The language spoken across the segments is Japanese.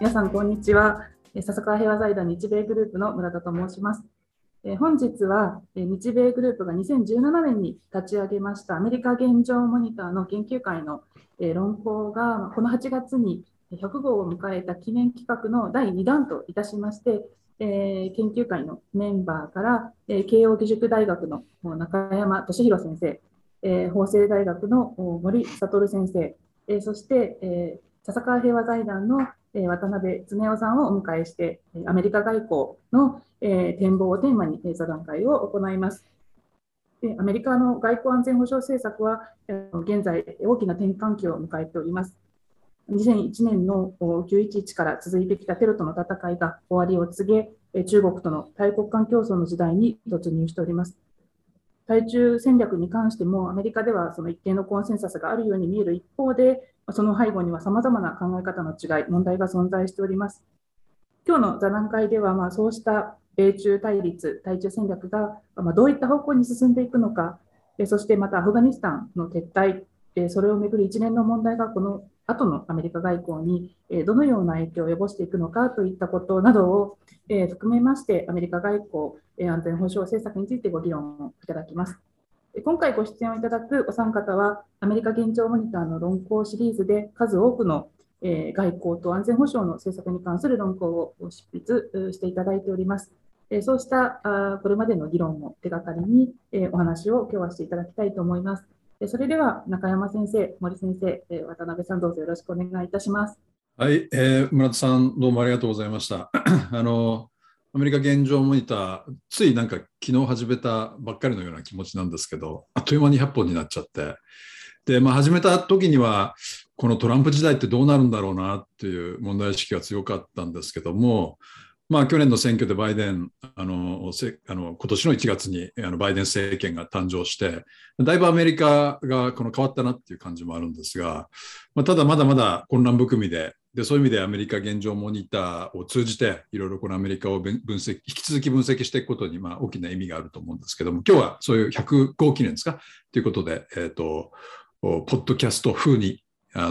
皆さんこんにちは。笹川平和財団日米グループの村田と申します。本日は日米グループが2017年に立ち上げましたアメリカ現状モニターの研究会の論考がこの8月に100号を迎えた記念企画の第2弾といたしまして、研究会のメンバーから慶應義塾大学の中山俊弘先生、法政大学の森悟先生、そして笹川平和財団の渡辺恒夫さんをお迎えして、アメリカ外交の展望をテーマに座談会を行います。アメリカの外交安全保障政策は現在大きな転換期を迎えております。2001年の911から続いてきたテロとの戦いが終わりを告げ、中国との大国間競争の時代に突入しております。対中戦略に関してもアメリカではその一定のコンセンサスがあるように見える一方で、その背後にはさまざまな考え方の違い、問題が存在しております。今日の座談会では、そうした米中対立、対中戦略がどういった方向に進んでいくのか、そしてまたアフガニスタンの撤退、それをめぐる一連の問題がこの後のアメリカ外交にどのような影響を及ぼしていくのかといったことなどを含めまして、アメリカ外交安全保障政策についてご議論をいただきます。今回ご出演をいただくお三方は、アメリカ現状モニターの論考シリーズで数多くの外交と安全保障の政策に関する論考を執筆していただいております。そうしたこれまでの議論を手がかりにお話を今日はしていただきたいと思います。それでは中山先生、森先生、渡辺さん、どうぞよろしくお願いいたします。 はい、村田さん、どうもありがとうございました。アメリカ現状モニター、ついなんか昨日始めたばっかりのような気持ちなんですけど、あっという間に100本になっちゃって、で、始めた時には、このトランプ時代ってどうなるんだろうなっていう問題意識が強かったんですけども、去年の選挙でバイデン、今年の1月にバイデン政権が誕生して、だいぶアメリカが変わったなっていう感じもあるんですが、ただまだまだ混乱含みで、そういう意味でアメリカ現状モニターを通じていろいろこのアメリカを引き続き分析していくことに大きな意味があると思うんですけども、今日はそういう100号記念ですかということで、ポッドキャスト風に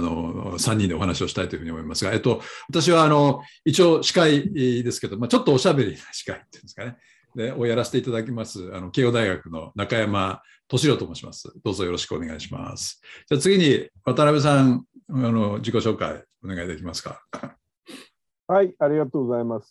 3人でお話をしたいというふうに思いますが、私は一応司会ですけど、ちょっとおしゃべりな司会っていうんですかね、をやらせていただきます慶応大学の中山俊弘と申します。どうぞよろしくお願いします。じゃあ次に渡辺さん、自己紹介お願いできますか。 はい、ありがとうございます。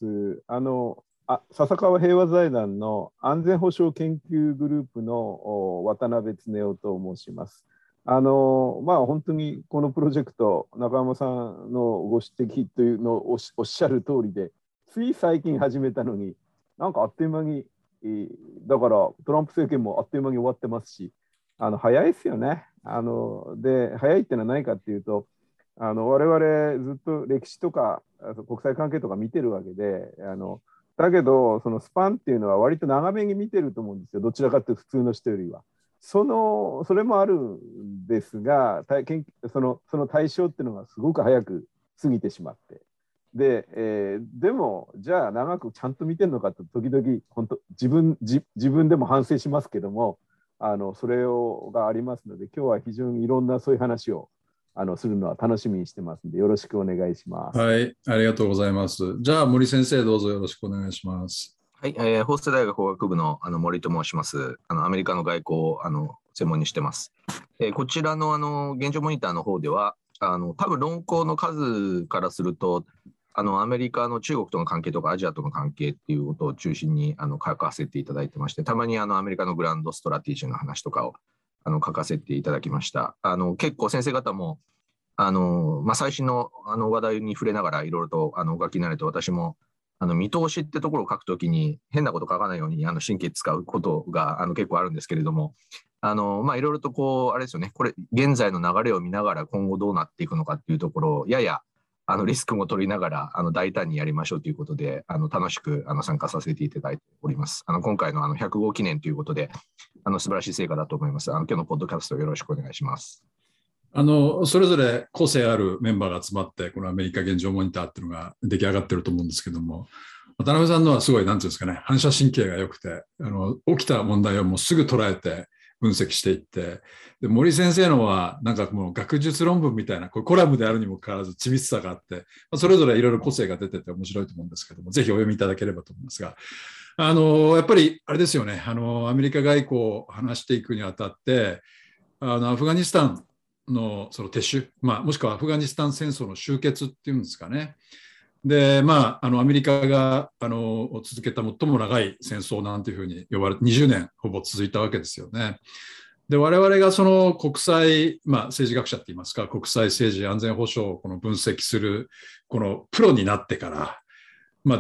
笹川平和財団の安全保障研究グループの渡辺恒夫と申します。本当にこのプロジェクト、中山さんのご指摘というのをおっしゃる通りで、つい最近始めたのに、なんかあっという間に、だからトランプ政権もあっという間に終わってますし、早いですよね。で、早いってのは何かっていうと、我々ずっと歴史とか国際関係とか見てるわけで、だけど、そのスパンっていうのは割と長めに見てると思うんですよ。どちらかというと普通の人よりは。それもあるんですが、その対象っていうのがすごく早く過ぎてしまって。でも、じゃあ長くちゃんと見てるのかと時々本当自分でも反省しますけども、それがありますので、今日は非常にいろんなそういう話をするのは楽しみにしてますので、よろしくお願いします。 はい、ありがとうございます。じゃあ森先生、どうぞよろしくお願いします。 はい、法政大学法学部の森と申します。アメリカの外交を専門にしてます。こちらの現状モニターの方では、多分論考の数からすると、アメリカの中国との関係とかアジアとの関係っていうことを中心に書かせていただいてまして、たまにアメリカのグランドストラテジーの話とかを書かせていただきました。結構先生方も最新の話題に触れながらいろいろとお書きになれて、私も見通しってところを書くときに変なこと書かないように神経使うことが結構あるんですけれども、いろいろとあれですよね、これ現在の流れを見ながら今後どうなっていくのかっていうところをややリスクも取りながら大胆にやりましょうということで楽しく参加させていただいております。今回の100号記念ということで素晴らしい成果だと思います。今日のポッドキャストよろしくお願いします。 それぞれ個性あるメンバーが集まってこのアメリカ現状モニターっていうのが出来上がってると思うんですけども、渡辺さんのはすごいなんていうんですかね、反射神経が良くて起きた問題をもうすぐ捉えて分析していって、で森先生のはなんかもう学術論文みたいなこれコラムであるにもかかわらず緻密さがあって、それぞれいろいろ個性が出てて面白いと思うんですけども、ぜひお読みいただければと思いますが、やっぱりあれですよね、アメリカ外交を話していくにあたって、アフガニスタンのその撤収、もしくはアフガニスタン戦争の終結っていうんですかね。で、アメリカが続けた最も長い戦争なんていうふうに呼ばれて、20年ほぼ続いたわけですよね。で、我々がその国際、政治学者って言いますか、国際政治安全保障をこの分析する、このプロになってから、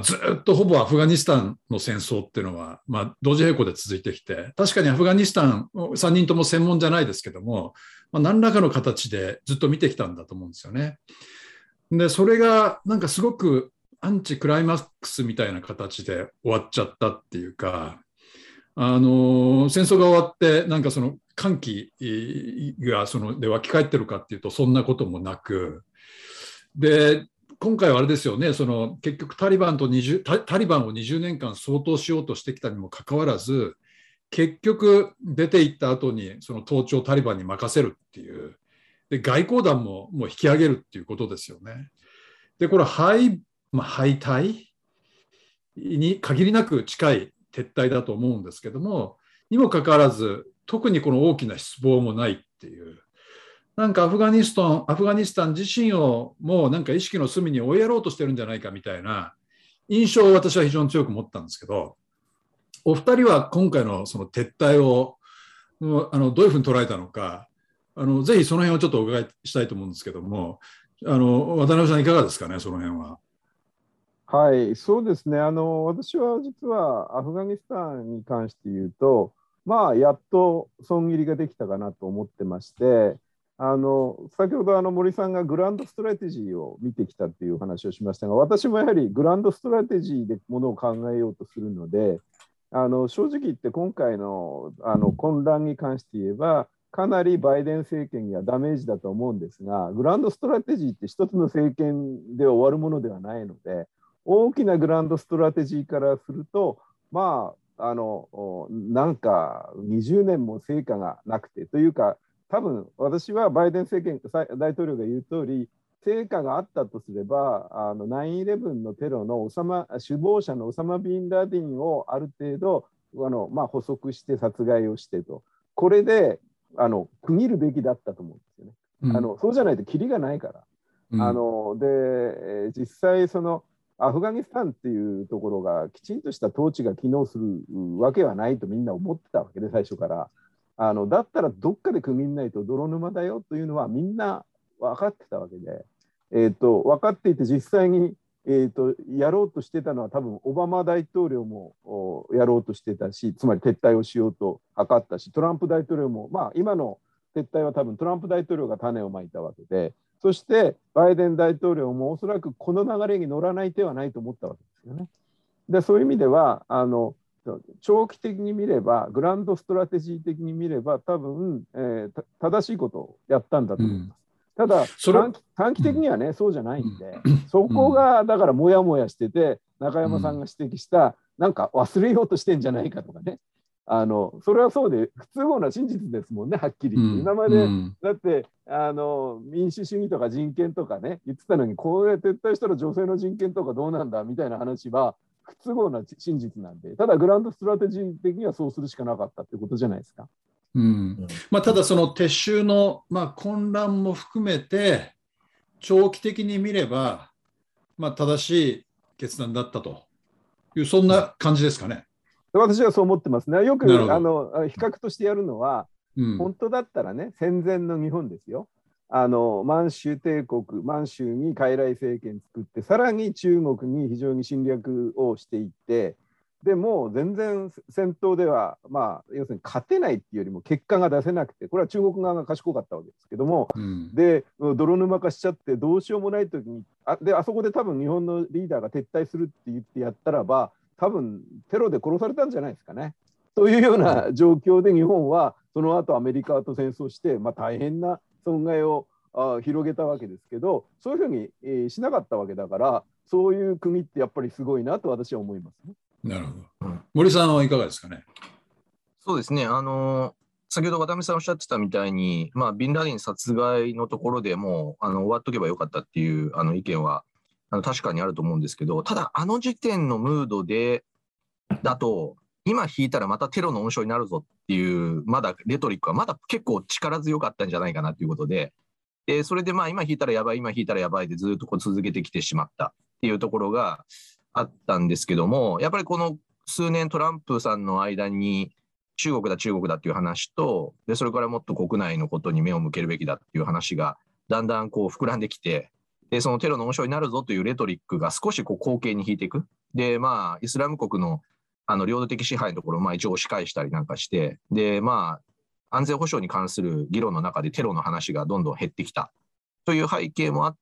ずっとほぼアフガニスタンの戦争っていうのは、同時並行で続いてきて、確かにアフガニスタン、3人とも専門じゃないですけども、何らかの形でずっと見てきたんだと思うんですよね。で、それがなんかすごくアンチクライマックスみたいな形で終わっちゃったっていうか、戦争が終わってなんかその歓喜がで湧き返ってるかっていうとそんなこともなく、で今回はあれですよね、結局タリバンを20年間掃討しようとしてきたにもかかわらず、結局出ていった後にその統治をタリバンに任せるっていう、で外交団もう引き上げるっていうことですよね。でこれ敗退に限りなく近い撤退だと思うんですけども、にもかかわらず特にこの大きな失望もないっていう、なんかアフガニスタン自身をもうなんか意識の隅に追いやろうとしてるんじゃないかみたいな印象を私は非常に強く持ったんですけど、お二人は今回のその撤退をどういうふうに捉えたのか、ぜひその辺をちょっとお伺いしたいと思うんですけども、渡辺さんいかがですかね、その辺は。 はい、そうですね。私は実はアフガニスタンに関して言うと、やっと損切りができたかなと思ってまして、先ほど森さんがグランドストラテジーを見てきたっていう話をしましたが、私もやはりグランドストラテジーでものを考えようとするので、正直言って今回の混乱に関して言えば、かなりバイデン政権にはダメージだと思うんですが、グランドストラテジーって一つの政権で終わるものではないので、大きなグランドストラテジーからすると、なんか20年も成果がなくてというか、多分私はバイデン政権大統領が言う通り、成果があったとすれば、9/11のテロの首謀者のオサマ・ビンラディンをある程度捕捉して殺害をしてと、これで区切るべきだったと思うんですよね。そうじゃないとキリがないから。で実際アフガニスタンっていうところがきちんとした統治が機能するわけはないとみんな思ってたわけで、最初から。だったらどっかで区切んないと泥沼だよというのはみんな分かってたわけで、分かっていて実際に、やろうとしてたのは多分オバマ大統領もやろうとしてたし、つまり撤退をしようと図ったし、トランプ大統領も、今の撤退は多分トランプ大統領が種をまいたわけで、そしてバイデン大統領もおそらくこの流れに乗らない手はないと思ったわけですよね。でそういう意味では長期的に見れば、グランドストラテジー的に見れば多分、正しいことをやったんだと思います。ただ短期的にはね、そうじゃないんで、そこがだからモヤモヤしてて、中山さんが指摘したなんか忘れようとしてんじゃないかとかね、それはそうで不都合な真実ですもんね、はっきり言って。今までだって民主主義とか人権とかね言ってたのに、こうやって撤退したら女性の人権とかどうなんだみたいな話は不都合な真実なんで、ただグランドストラテジー的にはそうするしかなかったってことじゃないですか。 ただその撤収の、混乱も含めて長期的に見れば、正しい決断だったという、そんな感じですかね。 私はそう思ってますね。よく比較としてやるのは、本当だったらね、戦前の日本ですよ。満州帝国、満州に傀儡政権作って、さらに中国に非常に侵略をしていって、でもう全然戦闘では、要するに勝てないっていうよりも結果が出せなくて、これは中国側が賢かったわけですけども、で泥沼化しちゃってどうしようもない時にあそこで多分日本のリーダーが撤退するって言ってやったらば、多分テロで殺されたんじゃないですかね。というような状況で日本はその後アメリカと戦争して、大変な損害を広げたわけですけど、そういうふうに、しなかったわけだから、そういう国ってやっぱりすごいなと私は思いますね。 なるほど。森さんはいかがですかね。 そうですね。 先ほど渡辺さんおっしゃってたみたいに、ビンラディン殺害のところでもう終わっとけばよかったっていう意見は確かにあると思うんですけど、ただ、時点のムードだと、今引いたらまたテロの温床になるぞっていう、まだレトリックはまだ結構力強かったんじゃないかなということで、それで今引いたらやばい、今引いたらやばいでずっと続けてきてしまったっていうところがあったんですけども、やっぱりこの数年トランプさんの間に中国だっていう話と、それからもっと国内のことに目を向けるべきだっていう話がだんだん膨らんできて、そのテロの温床になるぞというレトリックが少し後傾に引いていく。で、イスラム国の領土的支配のところを一応押し返したりなんかして、で、安全保障に関する議論の中でテロの話がどんどん減ってきたという背景もあって、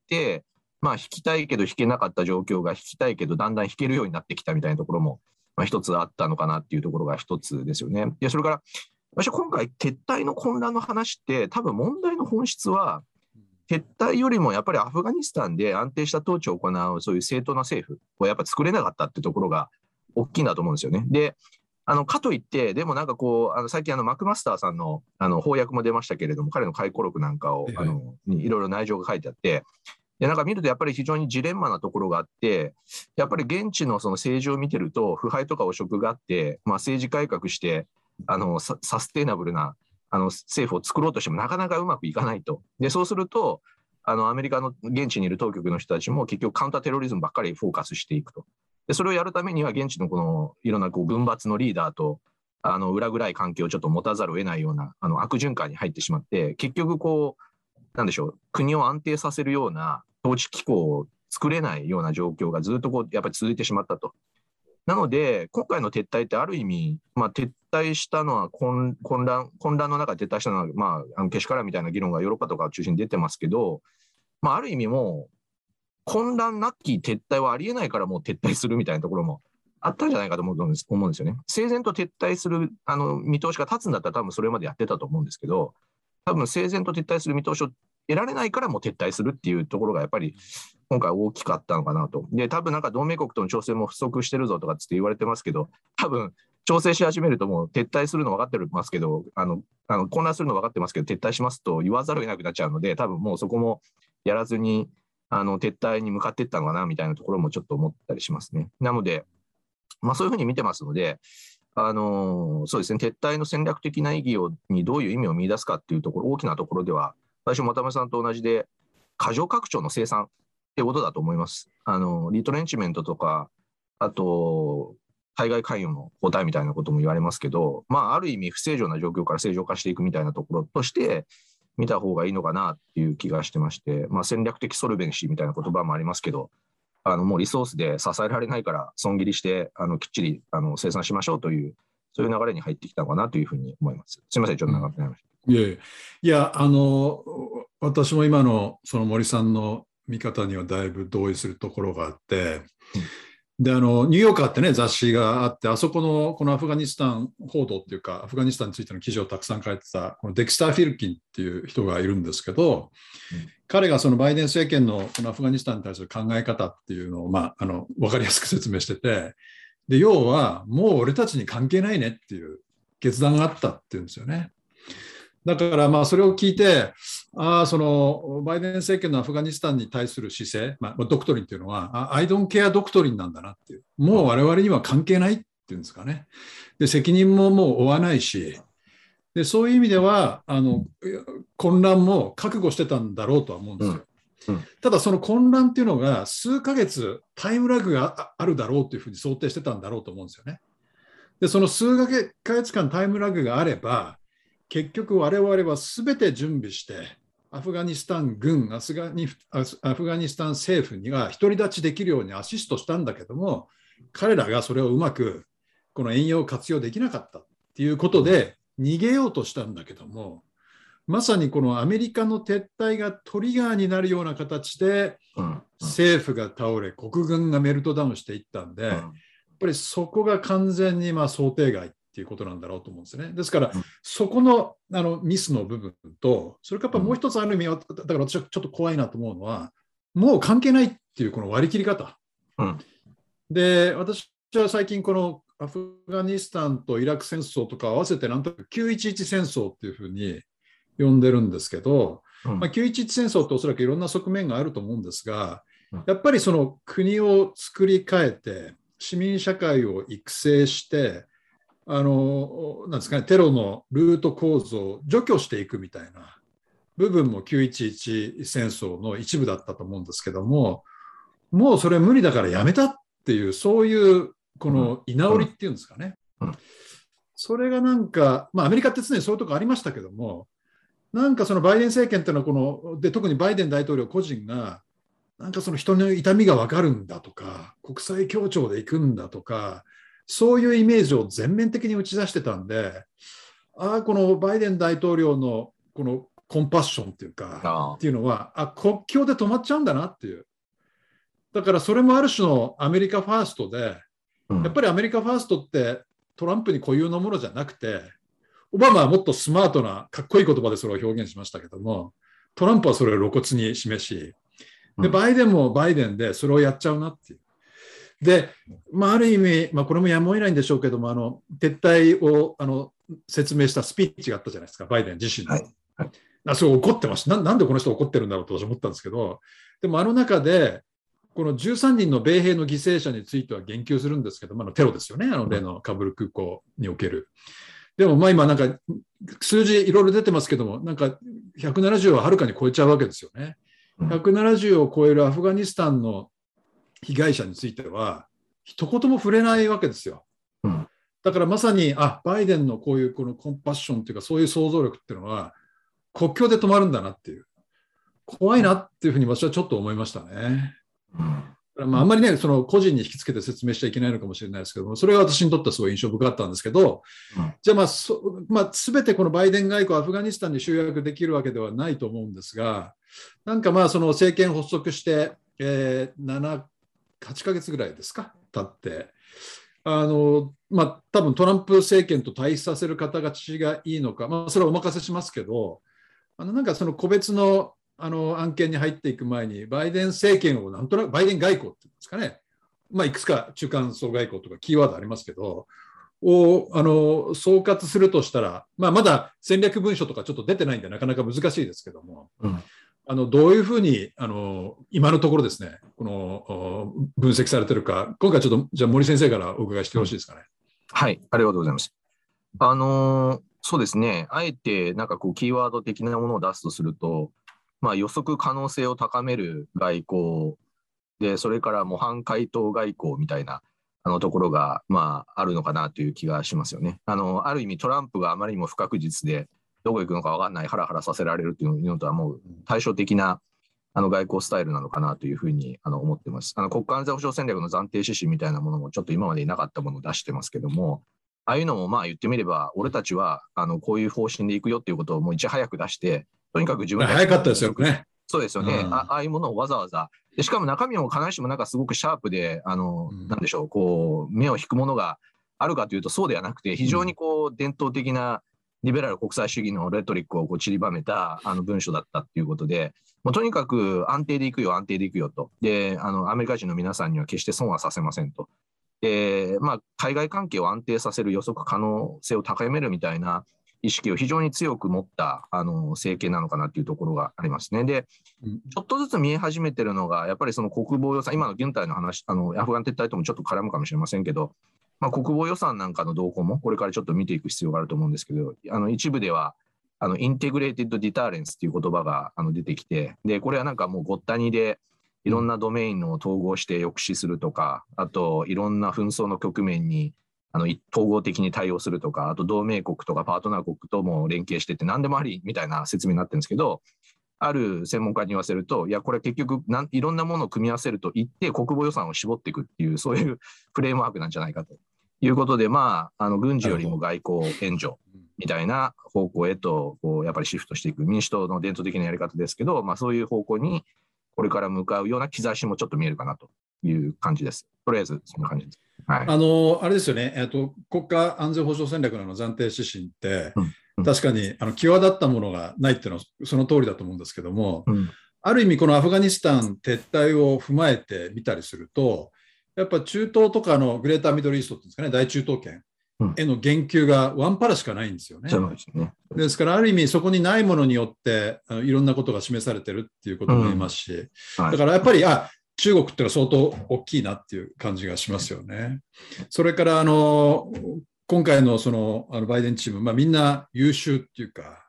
引きたいけど引けなかった状況が引きたいけどだんだん引けるようになってきたみたいなところも、一つあったのかなっていうところが一つですよね。で、それから、私は今回撤退の混乱の話って、多分問題の本質は、撤退よりもやっぱりアフガニスタンで安定した統治を行うそういう正当な政府をやっぱ作れなかったってところが大きいんだと思うんですよね。で、かといって、でもなんか最近マクマスターさんの翻訳も出ましたけれども、彼の回顧録なんかをいろいろ内情が書いてあって、でなんか見るとやっぱり非常にジレンマなところがあって、やっぱり現地のその政治を見てると、腐敗とか汚職があって、政治改革して、サステイナブルな政府を作ろうとしてもなかなかうまくいかないと。で、そうすると、アメリカの現地にいる当局の人たちも結局カウンターテロリズムばっかりフォーカスしていくと。で、それをやるためには現地のいろんな軍閥のリーダーと裏暗い関係をちょっと持たざるを得ないような悪循環に入ってしまって、結局なんでしょう、国を安定させるような統治機構を作れないような状況がずっとやっぱり続いてしまったと。なので、今回の撤退ってある意味、撤退したのは混乱の中で撤退したのは、けしからんみたいな議論がヨーロッパとかを中心に出てますけど、ある意味もう、混乱なき撤退はありえないからもう撤退するみたいなところもあったんじゃないかと思うんですよね。整然と撤退する見通しが立つんだったら多分それまでやってたと思うんですけど、多分整然と撤退する見通しを得られないからもう撤退するっていうところがやっぱり今回大きかったのかなと。で、多分なんか同盟国との調整も不足してるぞとかって言われてますけど、多分調整し始めるともう撤退するの分かってますけど、混乱するの分かってますけど、撤退しますと言わざるを得なくなっちゃうので、多分もうそこもやらずに、撤退に向かっていったのかなみたいなところもちょっと思ったりしますね。なので、そういうふうに見てますので、そうですね、撤退の戦略的な意義にどういう意味を見出すかっていうところ、大きなところでは、私も渡辺さんと同じで、過剰拡張の生産ってことだと思います。リトレンチメントとか、あと、対外関与の交代みたいなことも言われますけど、ある意味不正常な状況から正常化していくみたいなところとして、見た方がいいのかなっていう気がしてまして、戦略的ソルベンシーみたいな言葉もありますけど、もうリソースで支えられないから損切りしてきっちり生産しましょうという、そういう流れに入ってきたのかなというふうに思います。すみません、ちょっと長くなりました。 いや、私も今のその森さんの見方にはだいぶ同意するところがあって、でニューヨーカーってね、雑誌があって、あそこのこのアフガニスタン報道っていうか、アフガニスタンについての記事をたくさん書いてたこのデキスター・フィルキンっていう人がいるんですけど、彼がそのバイデン政権のこのアフガニスタンに対する考え方っていうのを分かりやすく説明してて、で要はもう俺たちに関係ないねっていう決断があったっていうんですよね。だからそれを聞いて、そのバイデン政権のアフガニスタンに対する姿勢、ドクトリンっていうのはアイドンケアドクトリンなんだなっていう、もう我々には関係ないっていうんですかね。で責任ももう負わないし、でそういう意味では混乱も覚悟してたんだろうとは思うんですよ。ただその混乱っていうのが数ヶ月タイムラグがあるだろうというふうに想定してたんだろうと思うんですよね。でその数ヶ月間タイムラグがあれば、結局我々は全て準備してアフガニスタン軍、アフガニスタン政府には独り立ちできるようにアシストしたんだけども、彼らがそれをうまくこの援用を活用できなかったっていうことで逃げようとしたんだけども、まさにこのアメリカの撤退がトリガーになるような形で政府が倒れ、国軍がメルトダウンしていったんで、やっぱりそこが完全に想定外っていうことなんだろうと思うんですね。ですから、そこのミスの部分と、それからもう一つある意味、だから私はちょっと怖いなと思うのは、もう関係ないっていうこの割り切り方。で、私は最近このアフガニスタンとイラク戦争とか合わせてなんとなく911戦争っていうふうに呼んでるんですけど、911戦争っておそらくいろんな側面があると思うんですが、やっぱりその国を作り変えて市民社会を育成してなんですかね、テロのルート構造を除去していくみたいな部分も911戦争の一部だったと思うんですけども、もうそれ無理だからやめたっていう、そういうこの居直りっていうんですかね、それがなんか、アメリカって常にそういうとこありましたけども、なんかそのバイデン政権っていうのはで特にバイデン大統領個人がなんかその人の痛みが分かるんだとか、国際協調で行くんだとか、そういうイメージを全面的に打ち出してたんで、このバイデン大統領のこのコンパッションっていうかっていうのは国境で止まっちゃうんだなっていう。だからそれもある種のアメリカファーストで、やっぱりアメリカファーストってトランプに固有のものじゃなくて、オバマはもっとスマートなかっこいい言葉でそれを表現しましたけども、トランプはそれを露骨に示し、でバイデンもバイデンでそれをやっちゃうなっていう。で、ある意味、これもやむを得ないんでしょうけども、撤退を説明したスピーチがあったじゃないですか、バイデン自身の。それ怒ってました。なんでこの人怒ってるんだろうと私思ったんですけど、でも中で、この13人の米兵の犠牲者については言及するんですけど、テロですよね、例のカブール空港における。でも今なんか数字いろいろ出てますけども、なんか170ははるかに超えちゃうわけですよね。170を超えるアフガニスタンの被害者については一言も触れないわけですよ。だからまさにバイデンのこういうこのコンパッションというか、そういう想像力っていうのは国境で止まるんだなっていう、怖いなっていうふうに私はちょっと思いましたね。あんまりね、その個人に引きつけて説明しちゃいけないのかもしれないですけども、それが私にとってはすごい印象深かったんですけど、じゃあ全てこのバイデン外交、アフガニスタンに集約できるわけではないと思うんですが、なんかその政権発足して、8ヶ月ぐらいですか、経って、多分トランプ政権と対比させる形がいいのか、それはお任せしますけど、なんかその個別の案件に入っていく前に、バイデン政権をなんとなく、バイデン外交っていうんですかね、いくつか中間層外交とかキーワードありますけど、を総括するとしたら、まだ戦略文書とかちょっと出てないんで、なかなか難しいですけども、どういうふうに今のところですね、この分析されてるか、今回ちょっと、じゃあ森先生からお伺いしてよろしいですかね。 はい、ありがとうございます。そうですね、あえてなんかキーワード的なものを出すとすると、予測可能性を高める外交で、それから模範解答外交みたいなところがあるのかなという気がしますよね。ある意味トランプがあまりにも不確実で、どこ行くのか分かんない、ハラハラさせられるというのとはもう対照的な外交スタイルなのかなというふうに思ってます。国家安全保障戦略の暫定指針みたいなものもちょっと今までになかったものを出してますけども、ああいうのも言ってみれば、俺たちはこういう方針でいくよっていうことをもういち早く出して、とにかく自分たち早かったですよね。 そうですよね。ああいうものをわざわざ、でしかも中身も必ずしもなんかすごくシャープで、なんでしょう、目を引くものがあるかというとそうではなくて、非常に伝統的なリベラル国際主義のレトリックを散りばめた文書だったっていうことで、もうとにかく安定でいくよ、安定でいくよと。で、アメリカ人の皆さんには決して損はさせませんと。で、海外関係を安定させる予測可能性を高めるみたいな意識を非常に強く持った政権なのかなというところがありますね。で、ちょっとずつ見え始めてるのが、やっぱりその国防予算、今の軍隊の話、アフガン撤退ともちょっと絡むかもしれませんけど、国防予算なんかの動向もこれからちょっと見ていく必要があると思うんですけど、一部ではインテグレーテッド・ディターレンスという言葉が出てきて、でこれはなんかもうごったにでいろんなドメインを統合して抑止するとか、あといろんな紛争の局面に統合的に対応するとか、あと同盟国とかパートナー国とも連携してって何でもありみたいな説明になってるんですけど、ある専門家に言わせると、いやこれ結局いろんなものを組み合わせると言って国防予算を絞っていくっていう、そういうフレームワークなんじゃないかということで、軍事よりも外交援助みたいな方向へとやっぱりシフトしていく、民主党の伝統的なやり方ですけど、そういう方向にこれから向かうような兆しもちょっと見えるかなという感じです。とりあえずそんな感じです。はい、 あれですよね、国家安全保障戦略の暫定指針って、確かに際立ったものがないっていうのはその通りだと思うんですけども、ある意味このアフガニスタン撤退を踏まえてみたりすると、 やっぱ中東とかのグレーターミドルイーストっていうんですかね、大中東圏への言及がワンパラしかないんですよね。 そうですね。 ですから、ある意味そこにないものによっていろんなことが示されてるっていうことも言えますし、だからやっぱり、中国っていうのは相当大きいなっていう感じがしますよね。それから今回のそのバイデンチーム、みんな優秀っていうか、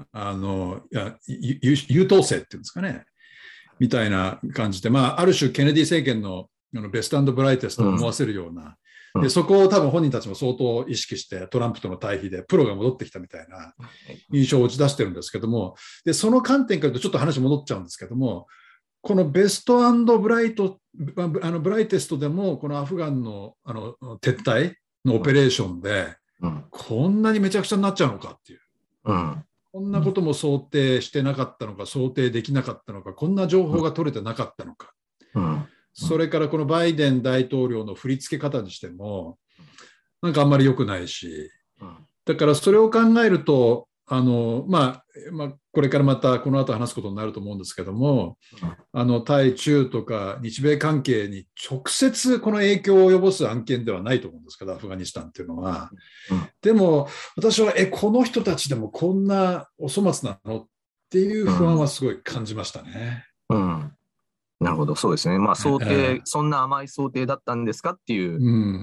優等生っていうんですかね、みたいな感じで、ある種ケネディ政権のベスト&ブライテストを思わせるような、でそこを多分本人たちも相当意識してトランプとの対比でプロが戻ってきたみたいな印象を打ち出してるんですけども、でその観点から言うとちょっと話戻っちゃうんですけども、このベスト&ブライテストでもこのアフガンの撤退のオペレーションでこんなにめちゃくちゃになっちゃうのかっていう、こんなことも想定してなかったのか、想定できなかったのか、こんな情報が取れてなかったのか、それからこのバイデン大統領の振り付け方にしてもなんかあんまり良くないし、だからそれを考えるとこれからまたこの後話すことになると思うんですけども、対中とか日米関係に直接この影響を及ぼす案件ではないと思うんですけど、アフガニスタンっていうのは。でも私はこの人たちでもこんなお粗末なのっていう不安はすごい感じましたね。 なるほど、そうですね。想定、そんな甘い想定だったんですかっていう、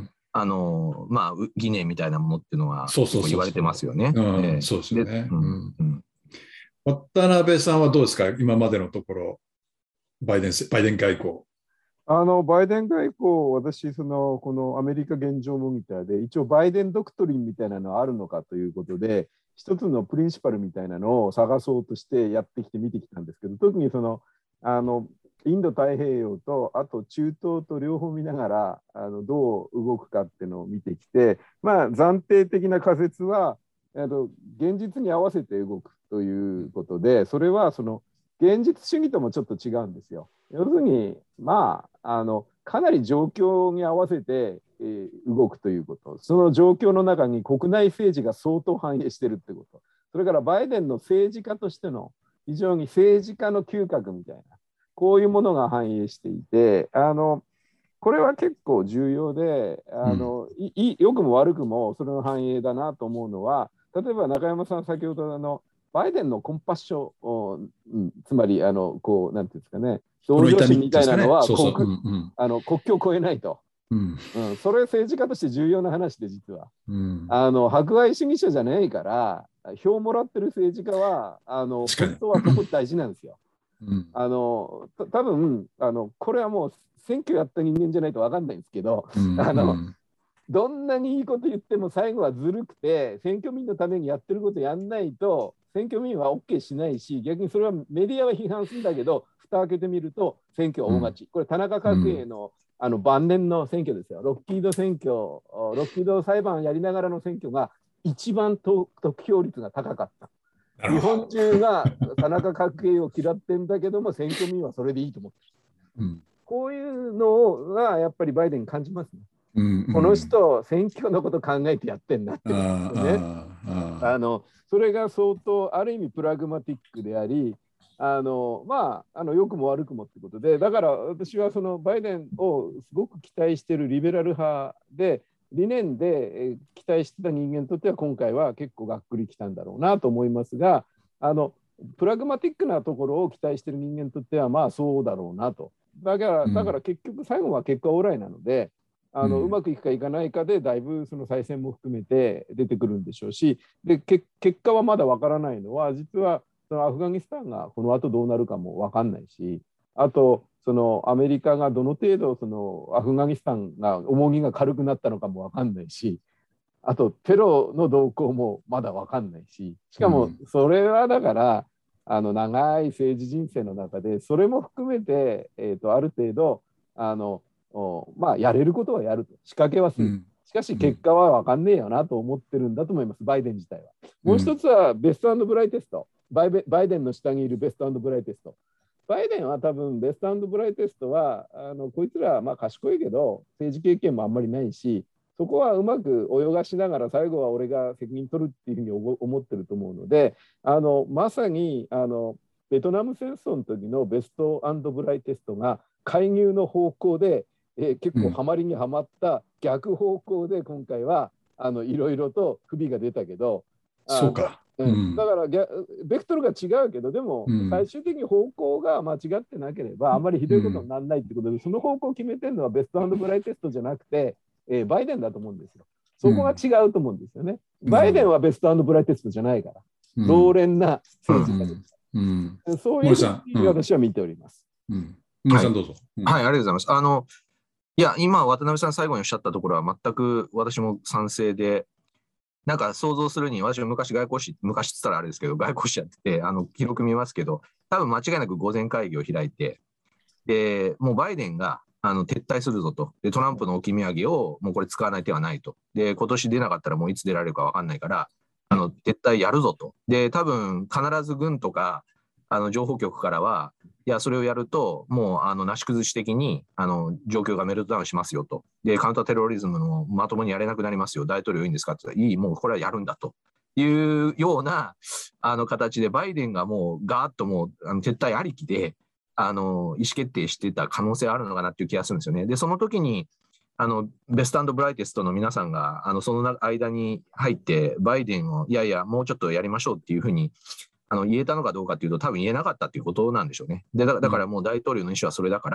疑念みたいなものっていうのは言われてますよね。 そうですよね。渡辺さんはどうですか、今までのところ、バイデン外交。 バイデン外交、私このアメリカ現状モニターで、一応バイデンドクトリンみたいなのはあるのかということで、一つのプリンシパルみたいなのを探そうとしてやってきて見てきたんですけど、特にインド太平洋とあと中東と両方見ながらどう動くかっていうのを見てきて、暫定的な仮説は現実に合わせて動くということで、それは現実主義ともちょっと違うんですよ。要するにかなり状況に合わせて、動くということ、その状況の中に国内政治が相当反映しているということ、それからバイデンの政治家としての非常に政治家の嗅覚みたいな、こういうものが反映していて、これは結構重要で、良くも悪くもそれの反映だなと思うのは、例えば中山さん、先ほどバイデンのコンパッション、つまりなんていうんですかね、同情心みたいなのは国境を越えないと。それ政治家として重要な話で、実は、博愛主義者じゃないから、票をもらってる政治家は本当はそこ大事なんですよ。多分これはもう選挙やった人間じゃないと分かんないんですけど、どんなにいいこと言っても最後はずるくて、選挙民のためにやってることやんないと選挙民は OK しないし、逆にそれはメディアは批判するんだけど、蓋開けてみると選挙は大勝ち。これ田中角栄の晩年の選挙ですよ。ロッキード選挙、ロッキード裁判やりながらの選挙が一番得票率が高かった。日本中が田中角栄を嫌ってんだけども、選挙民はそれでいいと思ってる。こういうのがやっぱりバイデンに感じますね。この人、選挙のこと考えてやってんなってことですね。それが相当ある意味プラグマティックであり、良くも悪くもってことで、だから私はそのバイデンをすごく期待しているリベラル派で、理念で期待してた人間にとっては今回は結構がっくりきたんだろうなと思いますが、プラグマティックなところを期待している人間にとってはそうだろうなと。だから結局最後は結果オーライなので、うまくいくかいかないかでだいぶその再選も含めて出てくるんでしょうし、で結果はまだわからないのは、実はそのアフガニスタンがこの後どうなるかもわかんないし、あとそのアメリカがどの程度そのアフガニスタンが重みが軽くなったのかもわかんないし、あとテロの動向もまだわかんないし、しかもそれはだから長い政治人生の中でそれも含めて、ある程度やれることはやると、仕掛けはする、しかし結果は分かんねえよなと思ってるんだと思います、バイデン自体は。もう一つはベスト&ブライテスト、バイデンの下にいるベスト&ブライテスト。バイデンは多分ベスト&ブライテストはこいつらは賢いけど政治経験もあんまりないし、そこはうまく泳がしながら最後は俺が責任取るっていうふうに思ってると思うので、まさにベトナム戦争の時のベスト&ブライテストが介入の方向で結構ハマりにはまった逆方向で今回はいろいろと不備が出たけど、 そうか。 だからベクトルが違うけど、でも最終的に方向が間違ってなければあんまりひどいことにならないってことで、その方向を決めてるのはベスト&ブライテストじゃなくて、バイデンだと思うんですよ。そこが違うと思うんですよね。バイデンはベスト&ブライテストじゃないから、老練な政治家です。そういうふうに私は見ております。 森さんどうぞ。 はい、ありがとうございます。いや、今、渡辺さん最後におっしゃったところは全く私も賛成で、なんか想像するに、私は昔って言ったらあれですけど、外交史やってて、記録見ますけど、多分間違いなく御前会議を開いて、で、もうバイデンが撤退するぞと。で、トランプの置き土産をもうこれ使わない手はないと。で、今年出なかったらもういつ出られるか分かんないから、撤退やるぞと。で、多分必ず軍とか、情報局からは、いや、それをやると、もうなし崩し的に状況がメルトダウンしますよと。で、カウンターテロリズムのまともにやれなくなりますよ。大統領いいんですかって言ったら、いい、もうこれはやるんだというような形で、バイデンがもうガーッともう撤退ありきで意思決定してた可能性あるのかなっていう気がするんですよね。で、その時にベスト&ブライテストの皆さんがその間に入って、バイデンをいやいや、もうちょっとやりましょうっていうふうに言えたのかどうかというと、多分言えなかったということなんでしょうね。でだからもう大統領の意思はそれだから、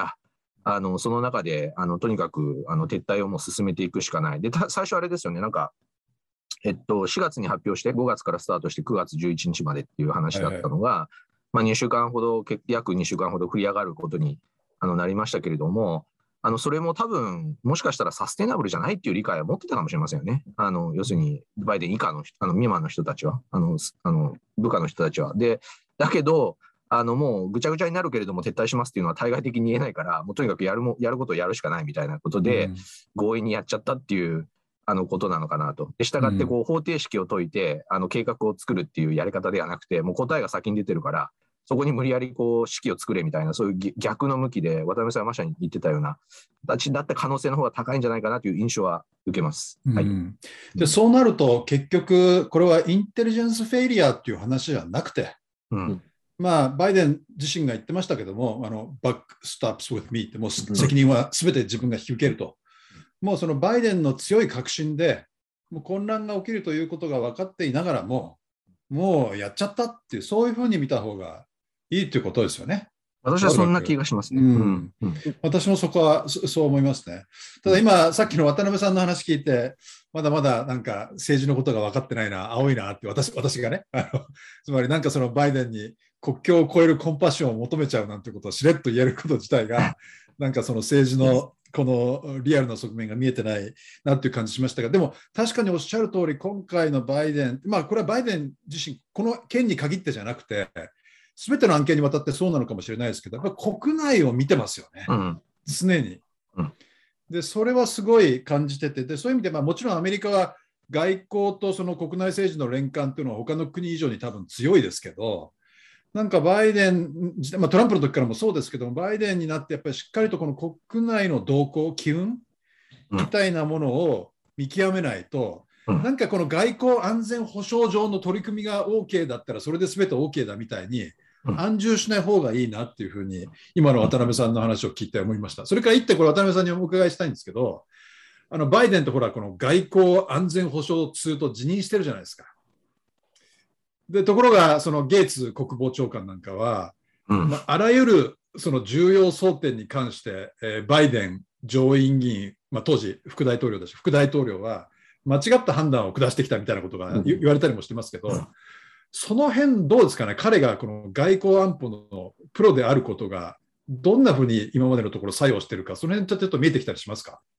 その中でとにかく撤退をもう進めていくしかない。で、最初あれですよね、なんか、4月に発表して、5月からスタートして9月11日までっていう話だったのが、2週間ほど、約2週間ほど繰り上がることになりましたけれども、それも多分、もしかしたらサステナブルじゃないっていう理解を持ってたかもしれませんよね。要するに、バイデン以下の未満の人たちは、部下の人たちは。で、だけど、もうぐちゃぐちゃになるけれども撤退しますっていうのは対外的に言えないから、もうとにかくやることをやるしかないみたいなことで、強引にやっちゃったっていうことなのかなと。で、したがって方程式を解いて、計画を作るっていうやり方ではなくて、もう答えが先に出てるから、そこに無理やり式を作れみたいな、そういう逆の向きで、渡辺さんがまさに言ってたような形だった可能性の方が高いんじゃないかなという印象は受けます。はい、 でそうなると、結局、これはインテリジェンスフェイリアっていう話じゃなくて、バイデン自身が言ってましたけども、バックストップス with me って、もう責任はすべて自分が引き受けると。もうそのバイデンの強い確信で、もう混乱が起きるということが分かっていながらも、もうやっちゃったっていう、そういうふうに見た方がいいということですよね。 私はそんな気がしますね。 私もそこはそう思いますね。ただ今、さっきの渡辺さんの話聞いて、まだまだなんか政治のことが分かってないな、青いなって私がね、つまりなんかそのバイデンに国境を越えるコンパッションを求めちゃうなんてことをしれっと言えること自体が、なんかその政治のこのリアルな側面が見えてないなっていう感じしましたが、でも確かにおっしゃる通り、今回のバイデン、これはバイデン自身、この件に限ってじゃなくて、すべての案件にわたってそうなのかもしれないですけど、やっぱり国内を見てますよね、常に。で、それはすごい感じてて、でそういう意味で、もちろんアメリカは外交とその国内政治の連関というのは他の国以上に多分強いですけど、なんかバイデン、トランプの時からもそうですけど、バイデンになってやっぱりしっかりとこの国内の動向、機運みたいなものを見極めないと、なんかこの外交安全保障上の取り組みが OK だったらそれで全て OK だみたいに安住しない方がいいなっていうふうに今の渡辺さんの話を聞いて思いました。それから一点これ渡辺さんにお伺いしたいんですけど、バイデンとほらこの外交安全保障通と辞任してるじゃないですか。でところがそのゲイツ国防長官なんかは、あらゆるその重要争点に関して、バイデン上院議員、当時副大統領だし副大統領は間違った判断を下してきたみたいなことが言われたりもしてますけど、その辺どうですかね。彼がこの外交安保のプロであることがどんなふうに今までのところ作用しているか、その辺ちょっと見えてきたりしますか。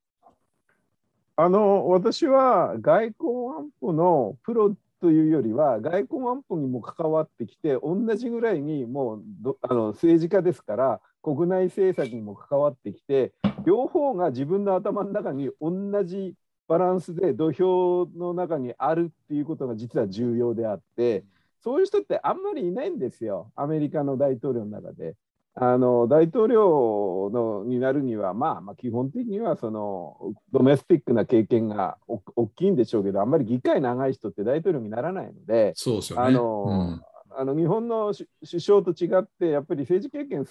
私は外交安保のプロというよりは外交安保にも関わってきて、同じぐらいにもう政治家ですから国内政策にも関わってきて、両方が自分の頭の中に同じバランスで土俵の中にあるっていうことが実は重要であって、そういう人ってあんまりいないんですよ、アメリカの大統領の中で。大統領になるには、基本的にはそのドメスティックな経験が大きいんでしょうけど、あんまり議会長い人って大統領にならないので、 そうですよね。 日本の首相と違って、やっぱり政治経験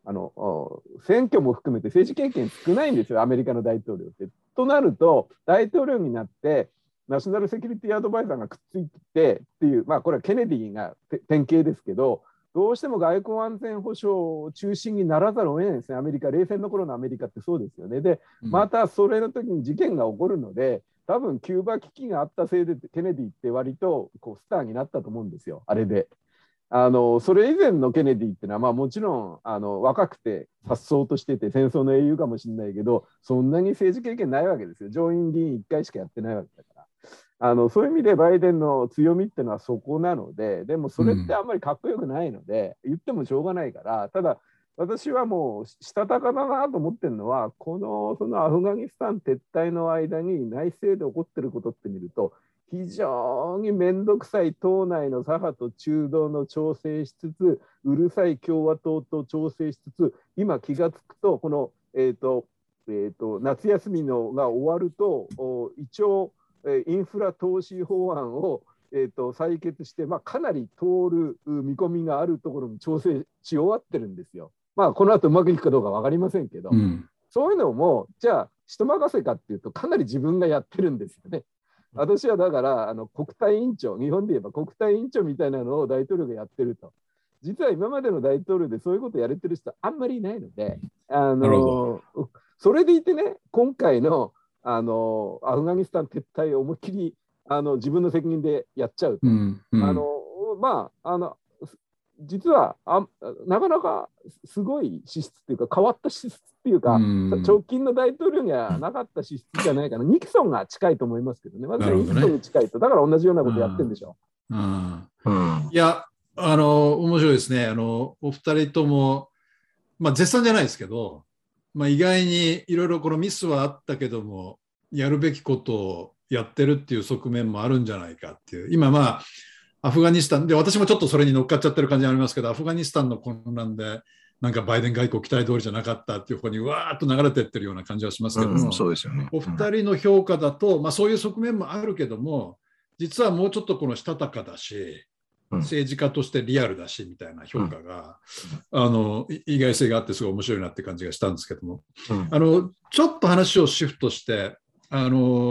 選挙も含めて政治経験少ないんですよ、アメリカの大統領って。となると、大統領になって、ナショナルセキュリティアドバイザーがくっついてっていう、これはケネディが典型ですけど、どうしても外交安全保障を中心にならざるを得ないんですね、アメリカ、冷戦の頃のアメリカってそうですよね。で、またそれの時に事件が起こるので、多分キューバ危機があったせいで、ケネディって割とスターになったと思うんですよ、あれで。それ以前のケネディっていうのは、もちろん若くて颯爽としてて戦争の英雄かもしれないけど、そんなに政治経験ないわけですよ。上院議員1回しかやってないわけだから。そういう意味でバイデンの強みっていうのはそこなので、でもそれってあんまりかっこよくないので、言ってもしょうがないから、ただ私はもうしたたかだなと思ってるのは、そのアフガニスタン撤退の間に内政で起こってることって見ると、非常に面倒くさい党内の左派と中道の調整しつつ、うるさい共和党と調整しつつ、今気がつくと、この、夏休みのが終わると、一応、インフラ投資法案を、採決して、かなり通る見込みがあるところに調整し終わってるんですよ。この後うまくいくかどうか分かりませんけど、そういうのも、じゃあ、人任せかっていうと、かなり自分がやってるんですよね。私はだから国対委員長、日本で言えば国対委員長みたいなのを大統領がやってると。実は今までの大統領でそういうことをやれてる人あんまりいないので、それでいてね、今回のアフガニスタン撤退を思いっきり自分の責任でやっちゃうと。実はなかなかすごい資質っていうか、変わった資質っていうか、直近の大統領にはなかった資質じゃないかな。ニクソンが近いと思いますけどね。まずニクソンに近いと、だから同じようなことやってるんでしょう。 いや、面白いですね。お二人とも、絶賛じゃないですけど、意外にいろいろこのミスはあったけども、やるべきことをやってるっていう側面もあるんじゃないかっていう。今アフガニスタンで、私もちょっとそれに乗っかっちゃってる感じありますけど、アフガニスタンの混乱で、なんかバイデン外交期待通りじゃなかったっていう方にわーっと流れてってるような感じはしますけども、 そうですよね。 お二人の評価だと、そういう側面もあるけども、実はもうちょっとこのしたたかだし、政治家としてリアルだしみたいな評価が、意外性があってすごい面白いなって感じがしたんですけども、ちょっと話をシフトして、我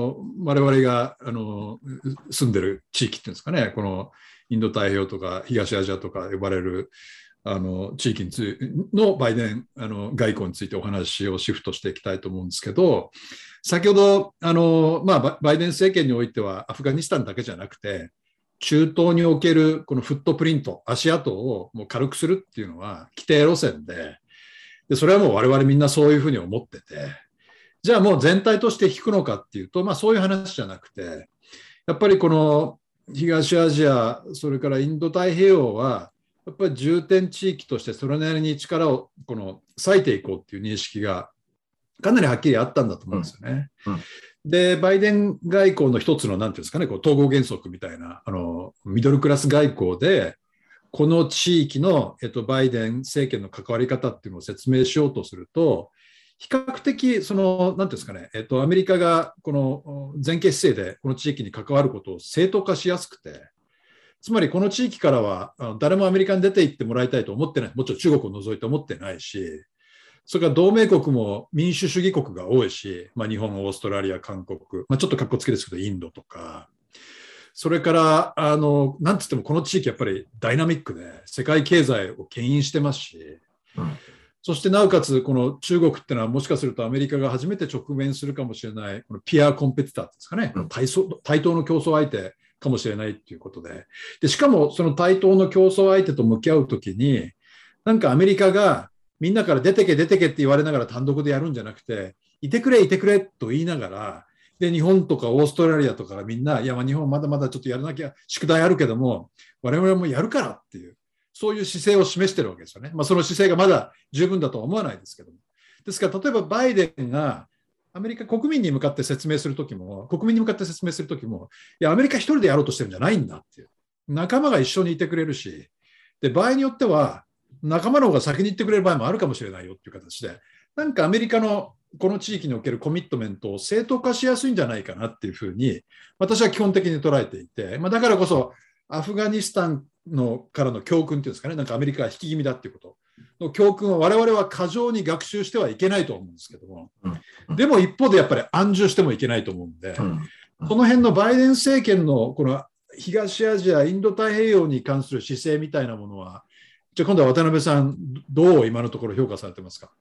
々が住んでる地域っていうんですかね、このインド太平洋とか東アジアとか呼ばれる地域のバイデン外交についてお話をシフトしていきたいと思うんですけど、先ほどバイデン政権においてはアフガニスタンだけじゃなくて、中東におけるこのフットプリント、足跡をもう軽くするっていうのは規定路線で、それはもう我々みんなそういうふうに思ってて、じゃあもう全体として引くのかっていうと、そういう話じゃなくて、やっぱりこの東アジア、それからインド太平洋は、やっぱり重点地域としてそれなりに力を割いていこうっていう認識がかなりはっきりあったんだと思うんですよね。で、バイデン外交の一つの、なんていうんですかね、統合原則みたいな、ミドルクラス外交で、この地域の、バイデン政権の関わり方っていうのを説明しようとすると、比較的、なんていうんですかね、アメリカがこの前傾姿勢でこの地域に関わることを正当化しやすくて、つまりこの地域からは誰もアメリカに出て行ってもらいたいと思ってない、もちろん中国を除いて思ってないし、それから同盟国も民主主義国が多いし、日本、オーストラリア、韓国、ちょっとかっこつけですけど、インドとか、それからなんつってもこの地域やっぱりダイナミックで世界経済を牽引してますし、そしてなおかつこの中国っていうのはもしかするとアメリカが初めて直面するかもしれないこのピアコンペティターですかね、対等の競争相手かもしれないっていうことで、しかもその対等の競争相手と向き合うときに、なんかアメリカがみんなから出てけ出てけって言われながら単独でやるんじゃなくて、いてくれいてくれと言いながら、で日本とかオーストラリアとかみんな、いや日本まだまだちょっとやらなきゃ宿題あるけども、我々もやるからっていう、そういう姿勢を示してるわけですよね。その姿勢がまだ十分だとは思わないですけども。ですから例えばバイデンがアメリカ国民に向かって説明するときも、いやアメリカ一人でやろうとしてるんじゃないんだっていう、仲間が一緒にいてくれるし、で場合によっては仲間の方が先に行ってくれる場合もあるかもしれないよっていう形で、なんかアメリカのこの地域におけるコミットメントを正当化しやすいんじゃないかなっていうふうに私は基本的に捉えていて、だからこそアフガニスタンのからの教訓っていうんですかね、なんかアメリカは引き気味だっていうことの教訓を我々は過剰に学習してはいけないと思うんですけども、でも一方でやっぱり安住してもいけないと思うんで、この辺のバイデン政権のこの東アジア、インド太平洋に関する姿勢みたいなものは、じゃあ今度は渡辺さん、どう今のところ評価されてますか？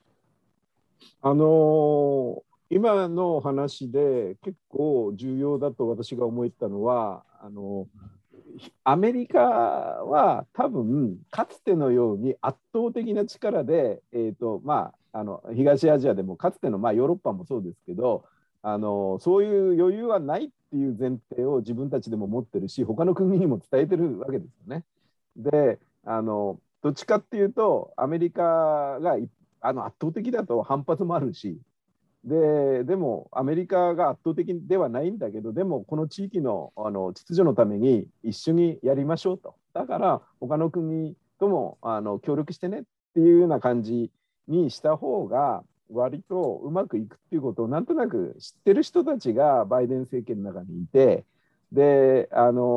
今の話で結構重要だと私が思ったのは、アメリカは多分かつてのように圧倒的な力で、東アジアでもかつての、ヨーロッパもそうですけど、そういう余裕はないっていう前提を自分たちでも持ってるし、他の国にも伝えてるわけですよね。で、どっちかっていうとアメリカが圧倒的だと反発もあるし、でもアメリカが圧倒的ではないんだけど、でもこの地域の、秩序のために一緒にやりましょうと。だから他の国とも協力してねっていうような感じにした方が割とうまくいくっていうことをなんとなく知ってる人たちがバイデン政権の中にいて、で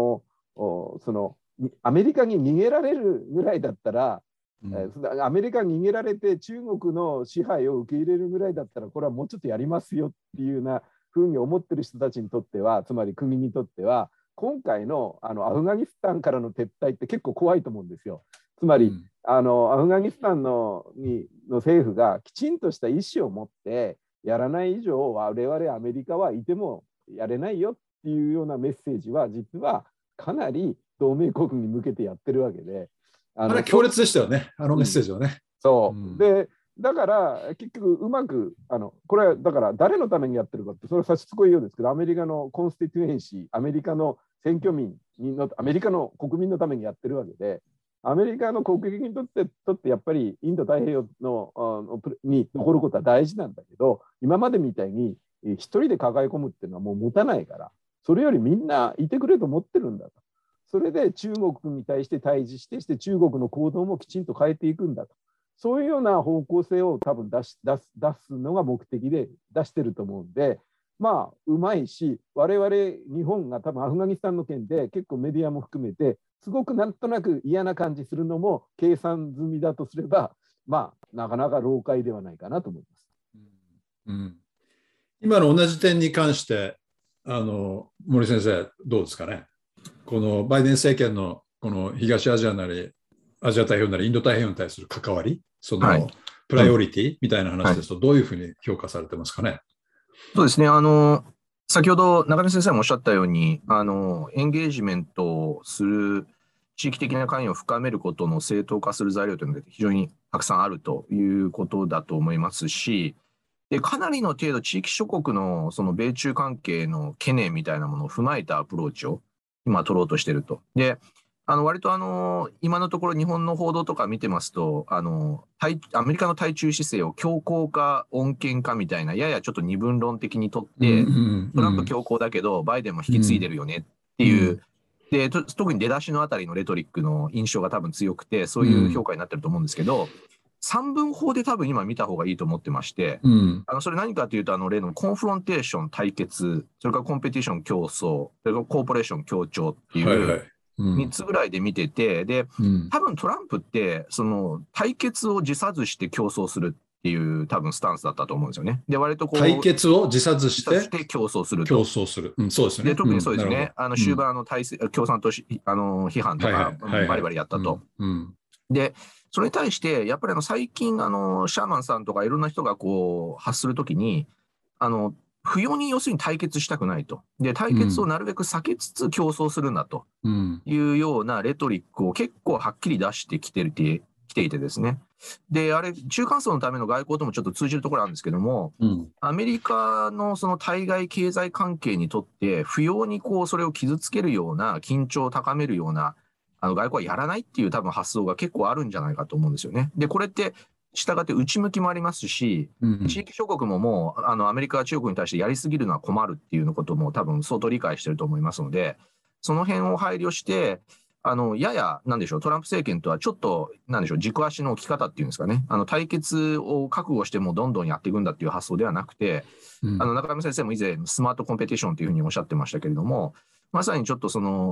アメリカに逃げられるぐらいだったら、アメリカに逃げられて中国の支配を受け入れるぐらいだったら、これはもうちょっとやりますよっていうようなふうに思ってる人たちにとっては、つまり国にとっては、今回のアフガニスタンからの撤退って結構怖いと思うんですよ。つまり、アフガニスタンの政府がきちんとした意思を持ってやらない以上、我々アメリカはいてもやれないよっていうようなメッセージは、実はかなり同盟国に向けてやってるわけで。 あれは強烈でしたよね、あのメッセージはね。 そう。で、だから結局うまく、これはだから誰のためにやってるかって、それは差し支えようですけど、アメリカのコンスティテュエンシー、アメリカの選挙民アメリカの国民のためにやってるわけで、アメリカの国民にとってやっぱりインド太平洋に残ることは大事なんだけど、今までみたいに一人で抱え込むっていうのはもう持たないから、それよりみんないてくれと思ってるんだと。それで中国に対して対峙して中国の行動もきちんと変えていくんだと。そういうような方向性を多分出すのが目的で出してると思うんで、うまいし、我々日本が多分アフガニスタンの件で結構メディアも含めてすごくなんとなく嫌な感じするのも計算済みだとすれば、なかなか老快ではないかなと思います。 今の同じ点に関して森先生どうですかね。このバイデン政権のこの東アジアなりアジア太平洋なりインド太平洋に対する関わり、そのプライオリティみたいな話ですと、どういうふうに評価されてますかね。 そうですね。先ほど中根先生もおっしゃったように、エンゲージメントをする地域的な関与を深めることの正当化する材料というのが非常にたくさんあるということだと思いますし、でかなりの程度地域諸国のその米中関係の懸念みたいなものを踏まえたアプローチを今取ろうとしていると。で割と今のところ日本の報道とか見てますとアメリカの対中姿勢を強硬か穏健かみたいなややちょっと二分論的にとって、トランプ強硬だけどバイデンも引き継いでるよねっていう、で特に出だしのあたりのレトリックの印象が多分強くて、そういう評価になってると思うんですけど、三分法で多分今見た方がいいと思ってまして、それ何かというと例のコンフロンテーション対決、それからコンペティション競争、それからコーポレーション協調っていう、3つぐらいで見てて、で、多分トランプってその対決を辞さずして競争するっていう多分スタンスだったと思うんですよね。で、割とこう対決を辞さずして競争すると。 競争する。そうですね。 で、特にそうですね。終盤共産党批判とかバリバリやったと。で、それに対してやっぱり最近シャーマンさんとかいろんな人がこう発するときに不要に要するに対決したくないと。で、対決をなるべく避けつつ競争するんだというようなレトリックを結構はっきり出してきていてですね。で、あれ、中間層のための外交ともちょっと通じるところなんですけども、アメリカのその対外経済関係にとって、不要にこうそれを傷つけるような、緊張を高めるような外交はやらないっていう多分発想が結構あるんじゃないかと思うんですよね。で、これって、したがって内向きもありますし、地域諸国ももうアメリカが中国に対してやりすぎるのは困るっていうことも多分相当理解してると思いますので、その辺を配慮してややなんでしょう、トランプ政権とはちょっとなんでしょう、軸足の置き方っていうんですかね、対決を覚悟してもどんどんやっていくんだっていう発想ではなくて、中山先生も以前スマートコンペティションというふうにおっしゃってましたけれども、まさにちょっとその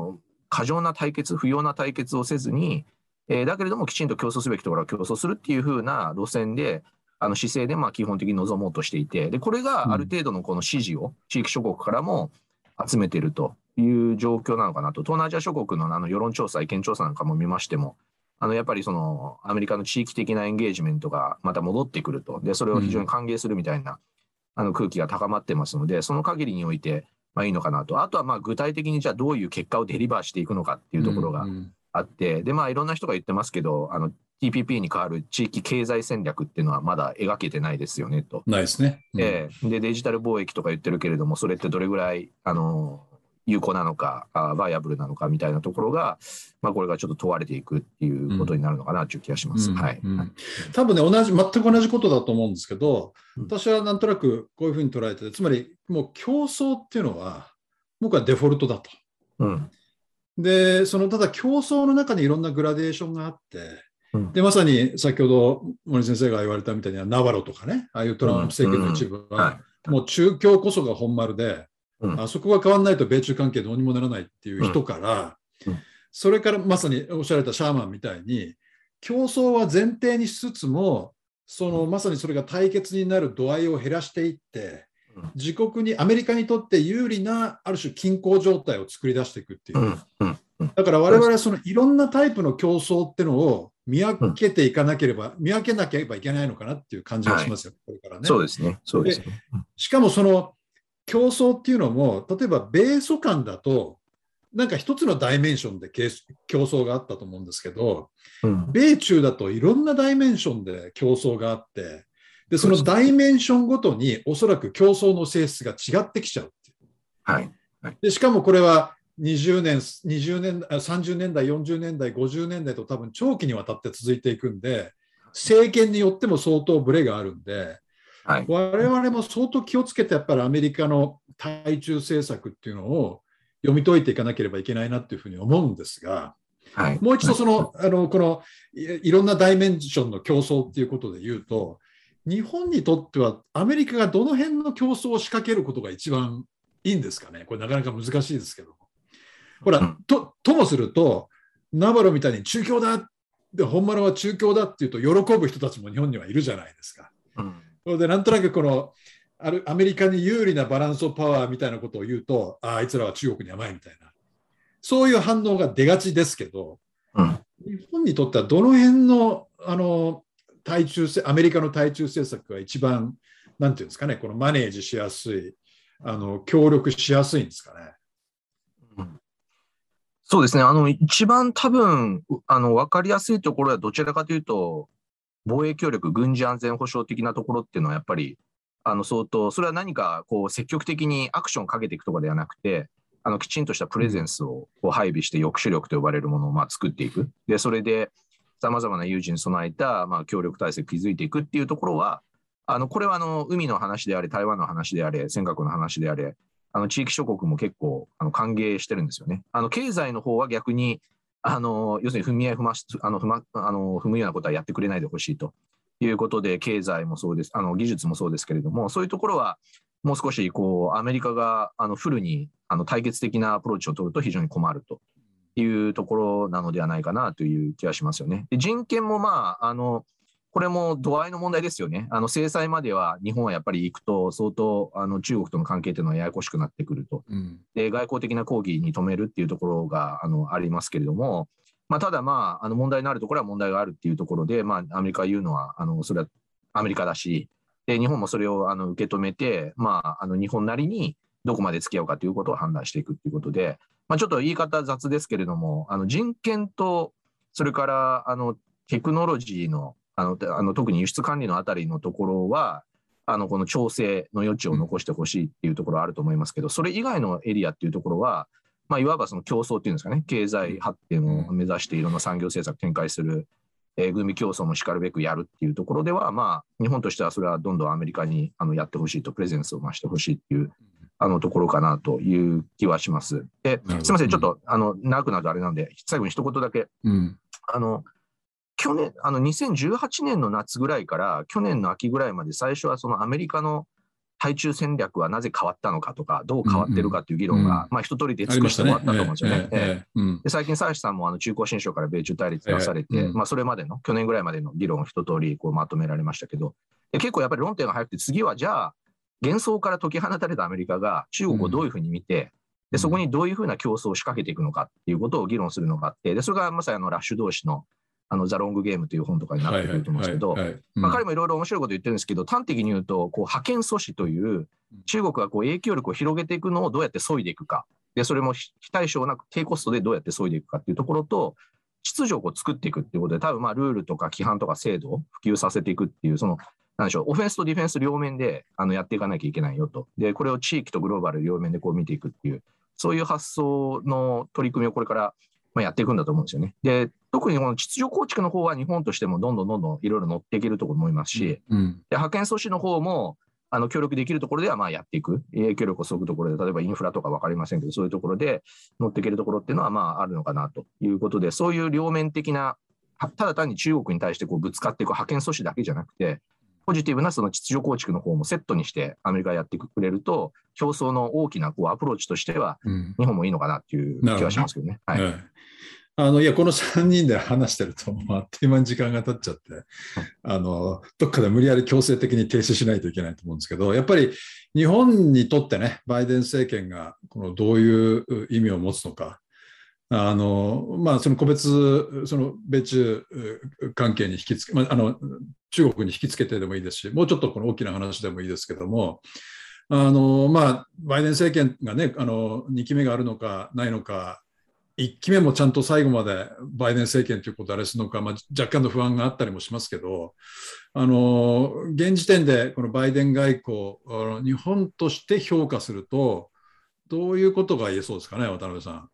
過剰な対決、不要な対決をせずに、だけれどもきちんと競争すべきところは競争するっていう風な路線で、姿勢で基本的に臨もうとしていて、でこれがある程度のこの支持を地域諸国からも集めているという状況なのかなと。東南アジア諸国の世論調査、意見調査なんかも見ましても、やっぱりそのアメリカの地域的なエンゲージメントがまた戻ってくると、でそれを非常に歓迎するみたいな空気が高まってますので、その限りにおいていいのかなと。あとは具体的にじゃあどういう結果をデリバーしていくのかっていうところがあって、でいろんな人が言ってますけど、TPP に代わる地域経済戦略っていうのはまだ描けてないですよねと。 ないですね。 でデジタル貿易とか言ってるけれども、それってどれぐらい有効なのか、バイアブルなのかみたいなところが、これがちょっと問われていくっていうことになるのかなという気がします。 多分ね、全く同じことだと思うんですけど、私はなんとなくこういうふうに捉えてて、つまりもう競争っていうのは、僕はデフォルトだと。で、ただ競争の中にいろんなグラデーションがあって、でまさに先ほど森先生が言われたみたいにナバロとかね、ああいうトランプ政権の一部は、もう中共こそが本丸で、あそこが変わらないと米中関係どうにもならないっていう人から、それからまさにおっしゃられたシャーマンみたいに、競争は前提にしつつも、まさにそれが対決になる度合いを減らしていって、自国に、アメリカにとって有利なある種均衡状態を作り出していくっていう。だから我々はいろんなタイプの競争っていうのを見分けていかなければ、見分けなければいけないのかなっていう感じがしますよ、これからね。 そうですね。そうですね。 しかも競争っていうのも、例えば米ソ間だと、なんか一つのダイメンションで競争があったと思うんですけど、米中だといろんなダイメンションで競争があって、でそのダイメンションごとにおそらく競争の性質が違ってきちゃうっていう。でしかもこれは30年代、40年代、50年代と多分長期にわたって続いていくんで、政権によっても相当ブレがあるんで、我々も相当気をつけてやっぱりアメリカの対中政策っていうのを読み解いていかなければいけないなっていうふうに思うんですが、もう一度このいろんなダイメンションの競争っていうことで言うと、日本にとってはアメリカがどの辺の競争を仕掛けることが一番いいんですかね。これなかなか難しいですけど、ほら、ともするとナバロみたいに中共だで本丸は中共だっていうと喜ぶ人たちも日本にはいるじゃないですか。でなんとなくアメリカに有利なバランスオブパワーみたいなことを言うと、あいつらは中国に甘いみたいな、そういう反応が出がちですけど、日本にとってはどの辺のアメリカの対中政策が一番なんていうんですかね、このマネージしやすい、協力しやすいんですかね。 そうですね。一番多分分かりやすいところはどちらかというと、防衛協力、軍事安全保障的なところっていうのはやっぱり相当、それは何か積極的にアクションをかけていくとかではなくて、きちんとしたプレゼンスを配備して抑止力と呼ばれるものを作っていく。でそれでさまざまな有事に備えた協力体制を築いていくっていうところは、これは海の話であれ、台湾の話であれ、尖閣の話であれ、地域諸国も結構歓迎してるんですよね。経済の方は逆に要するに踏むようなことはやってくれないでほしいということで、経済もそうです、技術もそうですけれども、そういうところはもう少しアメリカがフルに対決的なアプローチを取ると非常に困るというところなのではないかなという気がしますよね。で人権もこれも度合いの問題ですよね。制裁までは日本はやっぱり行くと相当中国との関係というのはややこしくなってくると。で外交的な抗議に止めるっていうところがありますけれども、ただ問題のあるところは問題があるっていうところで、アメリカが言うのはそれはアメリカだし、で日本もそれを受け止めて、日本なりにどこまで付き合うかということを判断していくということで、ちょっと言い方雑ですけれども、人権とそれからテクノロジーの特に輸出管理のあたりのところはこの調整の余地を残してほしいっていうところはあると思いますけど、それ以外のエリアっていうところは、いわばその競争っていうんですかね、経済発展を目指していろんな産業政策展開する、軍備競争もしかるべくやるっていうところでは、日本としてはそれはどんどんアメリカにやってほしいと、プレゼンスを増してほしいっていうところかなという気はします。で、すみません、ちょっと長くなるとあれなんで、最後に一言だけ。去年2018年の夏ぐらいから去年の秋ぐらいまで最初はそのアメリカの対中戦略はなぜ変わったのかとか、どう変わってるかっていう議論が、一通りで尽くしてもらったと思うんですよね。で最近、佐橋さんも中高新書から米中対立出されて、それまでの、去年ぐらいまでの議論を一通りこうまとめられましたけど、結構やっぱり論点が早くて、次はじゃあ、幻想から解き放たれたアメリカが中国をどういうふうに見て、でそこにどういうふうな競争を仕掛けていくのかっていうことを議論するのがあって、でそれがまさにラッシュ同士のザ・ロングゲームという本とかになってくると思うんですけど、彼もいろいろ面白いこと言ってるんですけど、端的に言うと、こう覇権阻止という中国がこう影響力を広げていくのをどうやって削いでいくか、でそれも非対称なく低コストでどうやって削いでいくかっていうところと、秩序をこう作っていくっていうことで、多分ルールとか規範とか制度を普及させていくっていう、なんでしょう、オフェンスとディフェンス両面でやっていかなきゃいけないよと。で、これを地域とグローバル両面でこう見ていくっていう、そういう発想の取り組みをこれからやっていくんだと思うんですよね。で、特にこの秩序構築の方は日本としてもどんどんいろいろ乗っていけると思いますし、で覇権阻止の方も協力できるところではやっていく、影響力を削ぐところで、例えばインフラとか分かりませんけど、そういうところで乗っていけるところっていうのはあるのかなということで、そういう両面的な、ただ単に中国に対してこうぶつかっていく覇権阻止だけじゃなくて、ポジティブなその秩序構築の方もセットにしてアメリカがやってくれると、競争の大きなこうアプローチとしては、日本もいいのかなっていう気はしますけどね。 いやこの3人で話してるとあっという間に時間が経っちゃって、どっかで無理やり強制的に停止しないといけないと思うんですけど、やっぱり日本にとってね、バイデン政権がこのどういう意味を持つのか、その個別その米中関係に引きつけ、中国に引きつけてでもいいですし、もうちょっとこの大きな話でもいいですけども、バイデン政権がね、2期目があるのかないのか、1期目もちゃんと最後までバイデン政権ということをあれするのか、若干の不安があったりもしますけど、現時点でこのバイデン外交、日本として評価すると、どういうことが言えそうですかね、渡辺さん。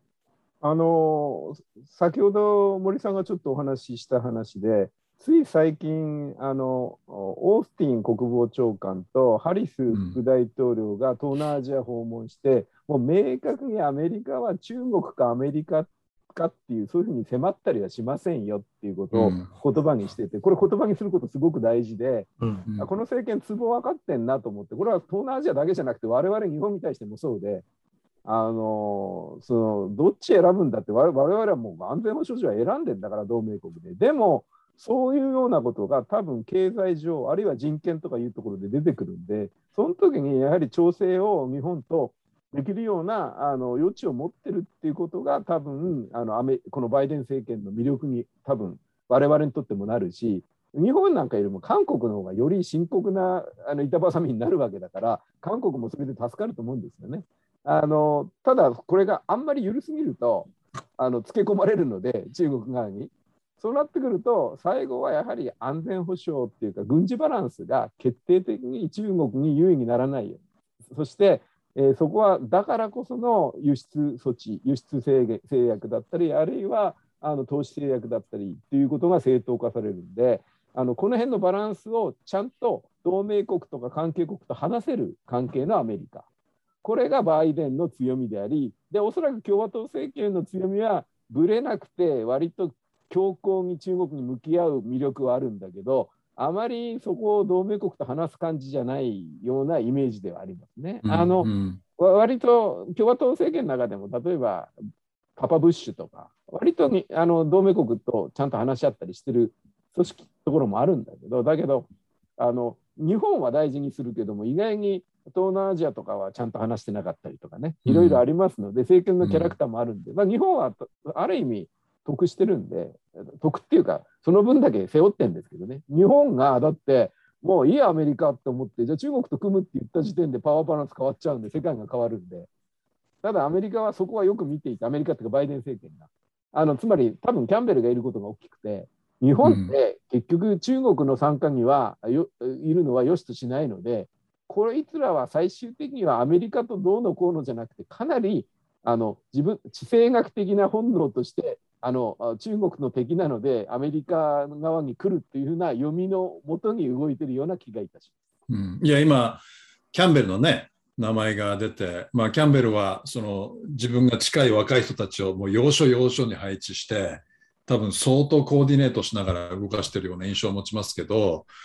先ほど森さんがちょっとお話しした話で、つい最近オースティン国防長官とハリス副大統領が東南アジア訪問して、もう明確にアメリカは中国かアメリカかっていう、そういうふうに迫ったりはしませんよっていうことを言葉にしてて、これ言葉にすることすごく大事で、この政権ツボ分かってんなと思って、これは東南アジアだけじゃなくて我々日本に対してもそうで、どっち選ぶんだって、我々はもう安全保障上は選んでんだから、同盟国で。でもそういうようなことが多分経済上、あるいは人権とかいうところで出てくるんで、その時にやはり調整を日本とできるような余地を持ってるっていうことが、多分このバイデン政権の魅力に多分我々にとってもなるし、日本なんかよりも韓国の方がより深刻な板挟みになるわけだから、韓国もそれで助かると思うんですよね。ただこれがあんまり緩すぎるとつけ込まれるので、中国側に。そうなってくると、最後はやはり安全保障っていうか軍事バランスが決定的に中国に優位にならないように、そして、そこはだからこその輸出措置、輸出制約だったり、あるいは投資制約だったりということが正当化されるんで、この辺のバランスをちゃんと同盟国とか関係国と話せる関係のアメリカ、これがバイデンの強みであり、でおそらく共和党政権の強みはぶれなくて割と強硬に中国に向き合う魅力はあるんだけど、あまりそこを同盟国と話す感じじゃないようなイメージではありますね。割と共和党政権の中でも、例えばパパブッシュとか、割とに同盟国とちゃんと話し合ったりしてる組織ところもあるんだけど、日本は大事にするけども、意外に東南アジアとかはちゃんと話してなかったりとかね、いろいろありますので、政権のキャラクターもあるんで、日本はある意味得してるんで、得っていうかその分だけ背負ってるんですけどね。日本がだってもういいアメリカって思って、じゃあ中国と組むって言った時点でパワーバランス変わっちゃうんで、世界が変わるんで。ただアメリカはそこはよく見ていて、アメリカっていうかバイデン政権がつまり多分キャンベルがいることが大きくて、日本って結局中国の参加にはいるのは良しとしないので、こいつらは最終的にはアメリカとどうのこうのじゃなくて、かなり地政学的な本能として中国の敵なのでアメリカ側に来るっていうふうな読みのもとに動いてるような気がいたします。 いや今キャンベルのね名前が出て、キャンベルはその自分が近い若い人たちをもう要所要所に配置して多分相当コーディネートしながら動かしているような印象を持ちますけど、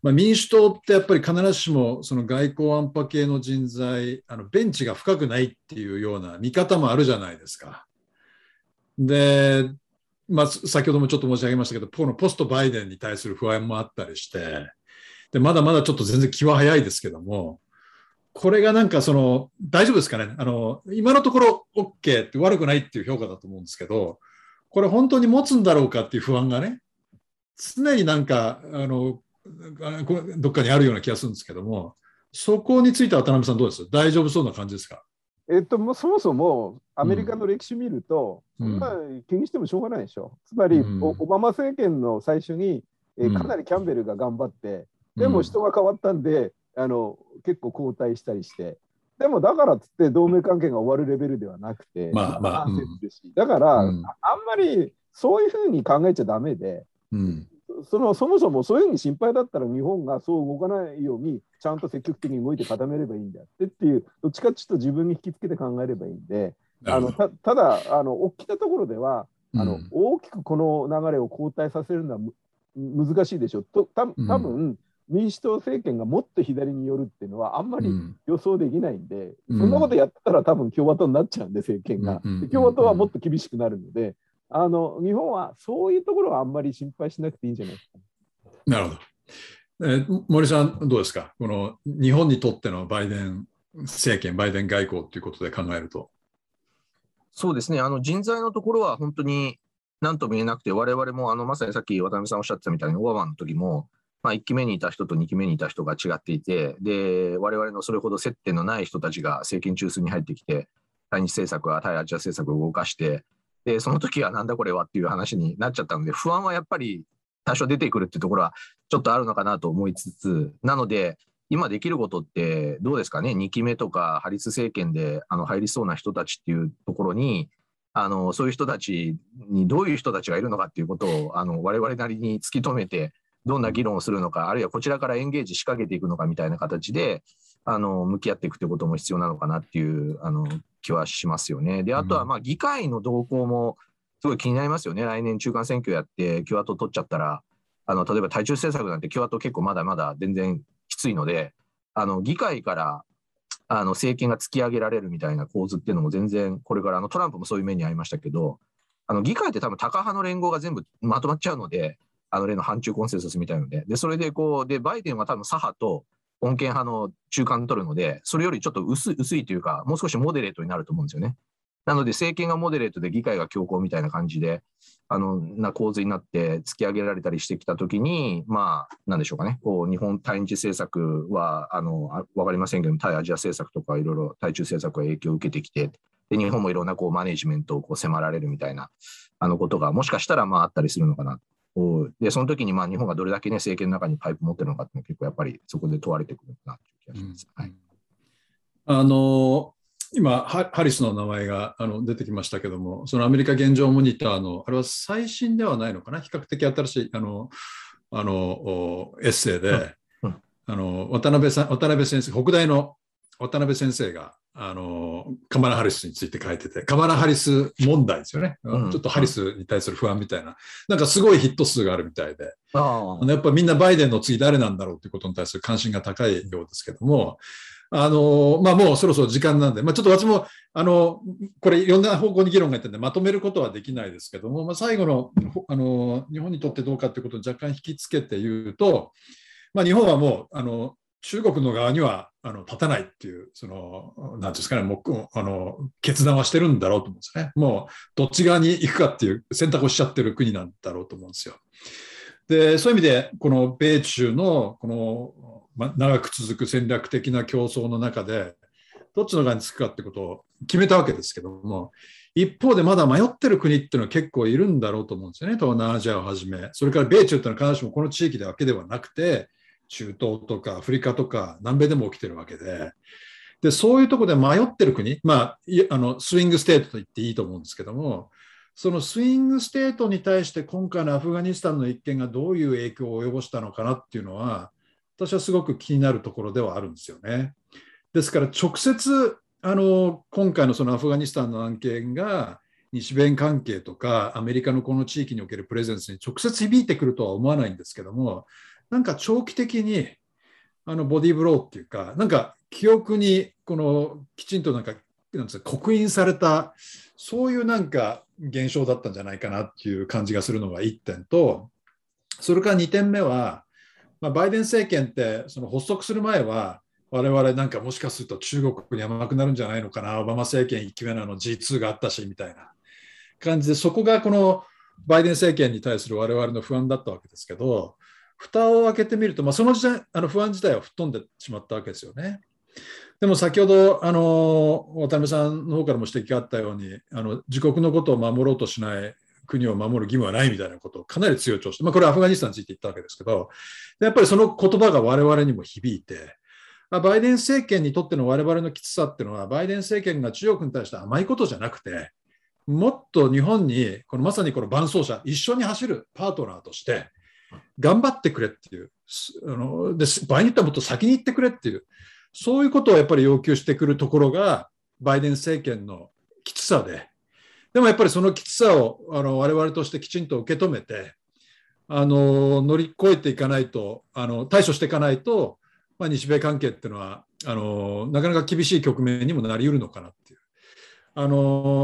民主党ってやっぱり必ずしもその外交安保系の人材、ベンチが深くないっていうような見方もあるじゃないですか。で、先ほどもちょっと申し上げましたけど、このポストバイデンに対する不安もあったりして、でまだまだちょっと全然気は早いですけども、これがなんか大丈夫ですかね。今のところ OK って悪くないっていう評価だと思うんですけど、これ本当に持つんだろうかっていう不安がね、常になんかどっかにあるような気がするんですけども、そこについては渡辺さんどうです？大丈夫そうな感じですか？ もうそもそもアメリカの歴史見ると、そんな気にしてもしょうがないでしょ。つまり、オバマ政権の最初に、かなりキャンベルが頑張って、でも人が変わったんで、結構交代したりして、でもだからっつって同盟関係が終わるレベルではなくて、だから、あんまりそういうふうに考えちゃダメで、そもそもそういうふうに心配だったら日本がそう動かないようにちゃんと積極的に動いて固めればいいんだっていう、どっちかっていうと自分に引きつけて考えればいいんで、ただ大きなところでは大きくこの流れを後退させるのは難しいでしょうと。多分民主党政権がもっと左に寄るっていうのはあんまり予想できないんで、そんなことやったら多分共和党になっちゃうんで、政権が。共和党はもっと厳しくなるので、日本はそういうところはあんまり心配しなくていいんじゃないですか。 なるほど。森さんどうですか？この日本にとってのバイデン政権、バイデン外交ということで考えると。 そうですね、人材のところは本当に何とも言えなくて、我々もまさにさっき渡辺さんおっしゃってたみたいに、オバマの時も、1期目にいた人と2期目にいた人が違っていて、で我々のそれほど接点のない人たちが政権中枢に入ってきて、対日政策は対アジア政策を動かして、でその時はなんだこれはっていう話になっちゃったので、不安はやっぱり多少出てくるっていうところはちょっとあるのかなと思いつつ、なので今できることってどうですかね。2期目とかハリス政権で入りそうな人たちっていうところに、そういう人たちにどういう人たちがいるのかっていうことを我々なりに突き止めて、どんな議論をするのか、あるいはこちらからエンゲージ仕掛けていくのかみたいな形で向き合っていくということも必要なのかなっていう気はしますよね。であとは議会の動向もすごい気になりますよね。来年中間選挙やって共和党取っちゃったら、例えば対中政策なんて共和党結構まだまだ全然きついので、議会から政権が突き上げられるみたいな構図っていうのも全然これからトランプもそういう面にありましたけど、議会って多分タカ派の連合が全部まとまっちゃうので、例の反中コンセンサスみたいなので、それでバイデンは多分左派と穏健派の中間取るので、それよりちょっと薄いというか、もう少しモデレートになると思うんですよね。なので政権がモデレートで議会が強硬みたいな感じでな構図になって突き上げられたりしてきたときに、なんでしょうかね、日本対日政策は分かりませんけど、対アジア政策とかいろいろ対中政策が影響を受けてきて、で日本もいろんなマネジメントを迫られるみたいなことがもしかしたらあったりするのかな。でその時に日本がどれだけ、政権の中にパイプ持ってるのかっていうのは結構やっぱりそこで問われてくるなという気がします。 今ハリスの名前が出てきましたけども、そのアメリカ現状モニターのあれは最新ではないのかな、比較的新しいエッセイで、渡辺先生、北大の渡辺先生がカマラ・ハリスについて書いてて、カマラ・ハリス問題ですよね、ちょっとハリスに対する不安みたいな、なんかすごいヒット数があるみたいで、やっぱみんなバイデンの次誰なんだろうということに対する関心が高いようですけども、もうそろそろ時間なんで、ちょっと私もこれいろんな方向に議論がいってんでまとめることはできないですけども、最後の日本にとってどうかということを若干引きつけて言うと、日本はもう中国の側には立たないっていう、なんですかね、もう決断はしてるんだろうと思うんですね。もうどっち側に行くかっていう選択をしちゃってる国なんだろうと思うんですよ。でそういう意味でこの米中の長く続く戦略的な競争の中でどっちの側につくかってことを決めたわけですけども、一方でまだ迷ってる国っていうのは結構いるんだろうと思うんですよね。東南アジアをはじめ、それから米中っていうのは必ずしもこの地域だけではなくて、中東とかアフリカとか南米でも起きてるわけで、そういうところで迷ってる国、スイングステートと言っていいと思うんですけども、そのスイングステートに対して今回のアフガニスタンの一件がどういう影響を及ぼしたのかなっていうのは、私はすごく気になるところではあるんですよね。ですから直接今回のそのアフガニスタンの案件が日米関係とかアメリカのこの地域におけるプレゼンスに直接響いてくるとは思わないんですけども、 なんか長期的にボディーブローっていうか、なんか記憶にきちんとなんですか、刻印された、そういうなんか現象だったんじゃないかなっていう感じがするのが1点と、それから2点目は、バイデン政権ってその発足する前は、我々なんかもしかすると中国に甘くなるんじゃないのかな、オバマ政権1期目のG2 があったしみたいな感じで、そこがこのバイデン政権に対する我々の不安だったわけですけど、蓋を開けてみると、その時代不安自体は吹っ飛んでしまったわけですよね。でも先ほど渡辺さんの方からも指摘があったように、自国のことを守ろうとしない国を守る義務はないみたいなことをかなり強調して、これはアフガニスタンについて言ったわけですけど、やっぱりその言葉が我々にも響いて、バイデン政権にとっての我々のきつさっていうのは、バイデン政権が中国に対して甘いことじゃなくて、もっと日本にまさにこの伴走者、一緒に走るパートナーとして頑張ってくれっていう、で場合によってはもっと先に行ってくれっていう、そういうことをやっぱり要求してくるところがバイデン政権のきつさで、でもやっぱりそのきつさを我々としてきちんと受け止めて乗り越えていかないと、対処していかないと、日米関係っていうのはなかなか厳しい局面にもなりうるのかなっていう、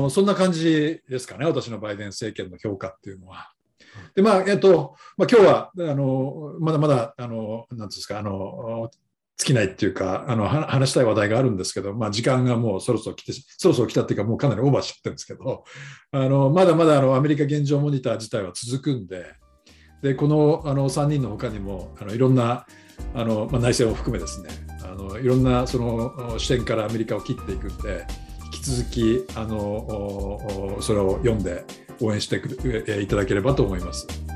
そんな感じですかね、私のバイデン政権の評価っていうのは。で今日はまだまだなんですか尽きないっていうか話したい話題があるんですけど、時間がもうそろそろ来たっていうか、もうかなりオーバーしちゃってるんですけど、まだまだアメリカ現状モニター自体は続くんで、この3人の他にもいろんな内政を含めですね、いろんなその視点からアメリカを切っていくんで、引き続きそれを読んで応援していただければと思います。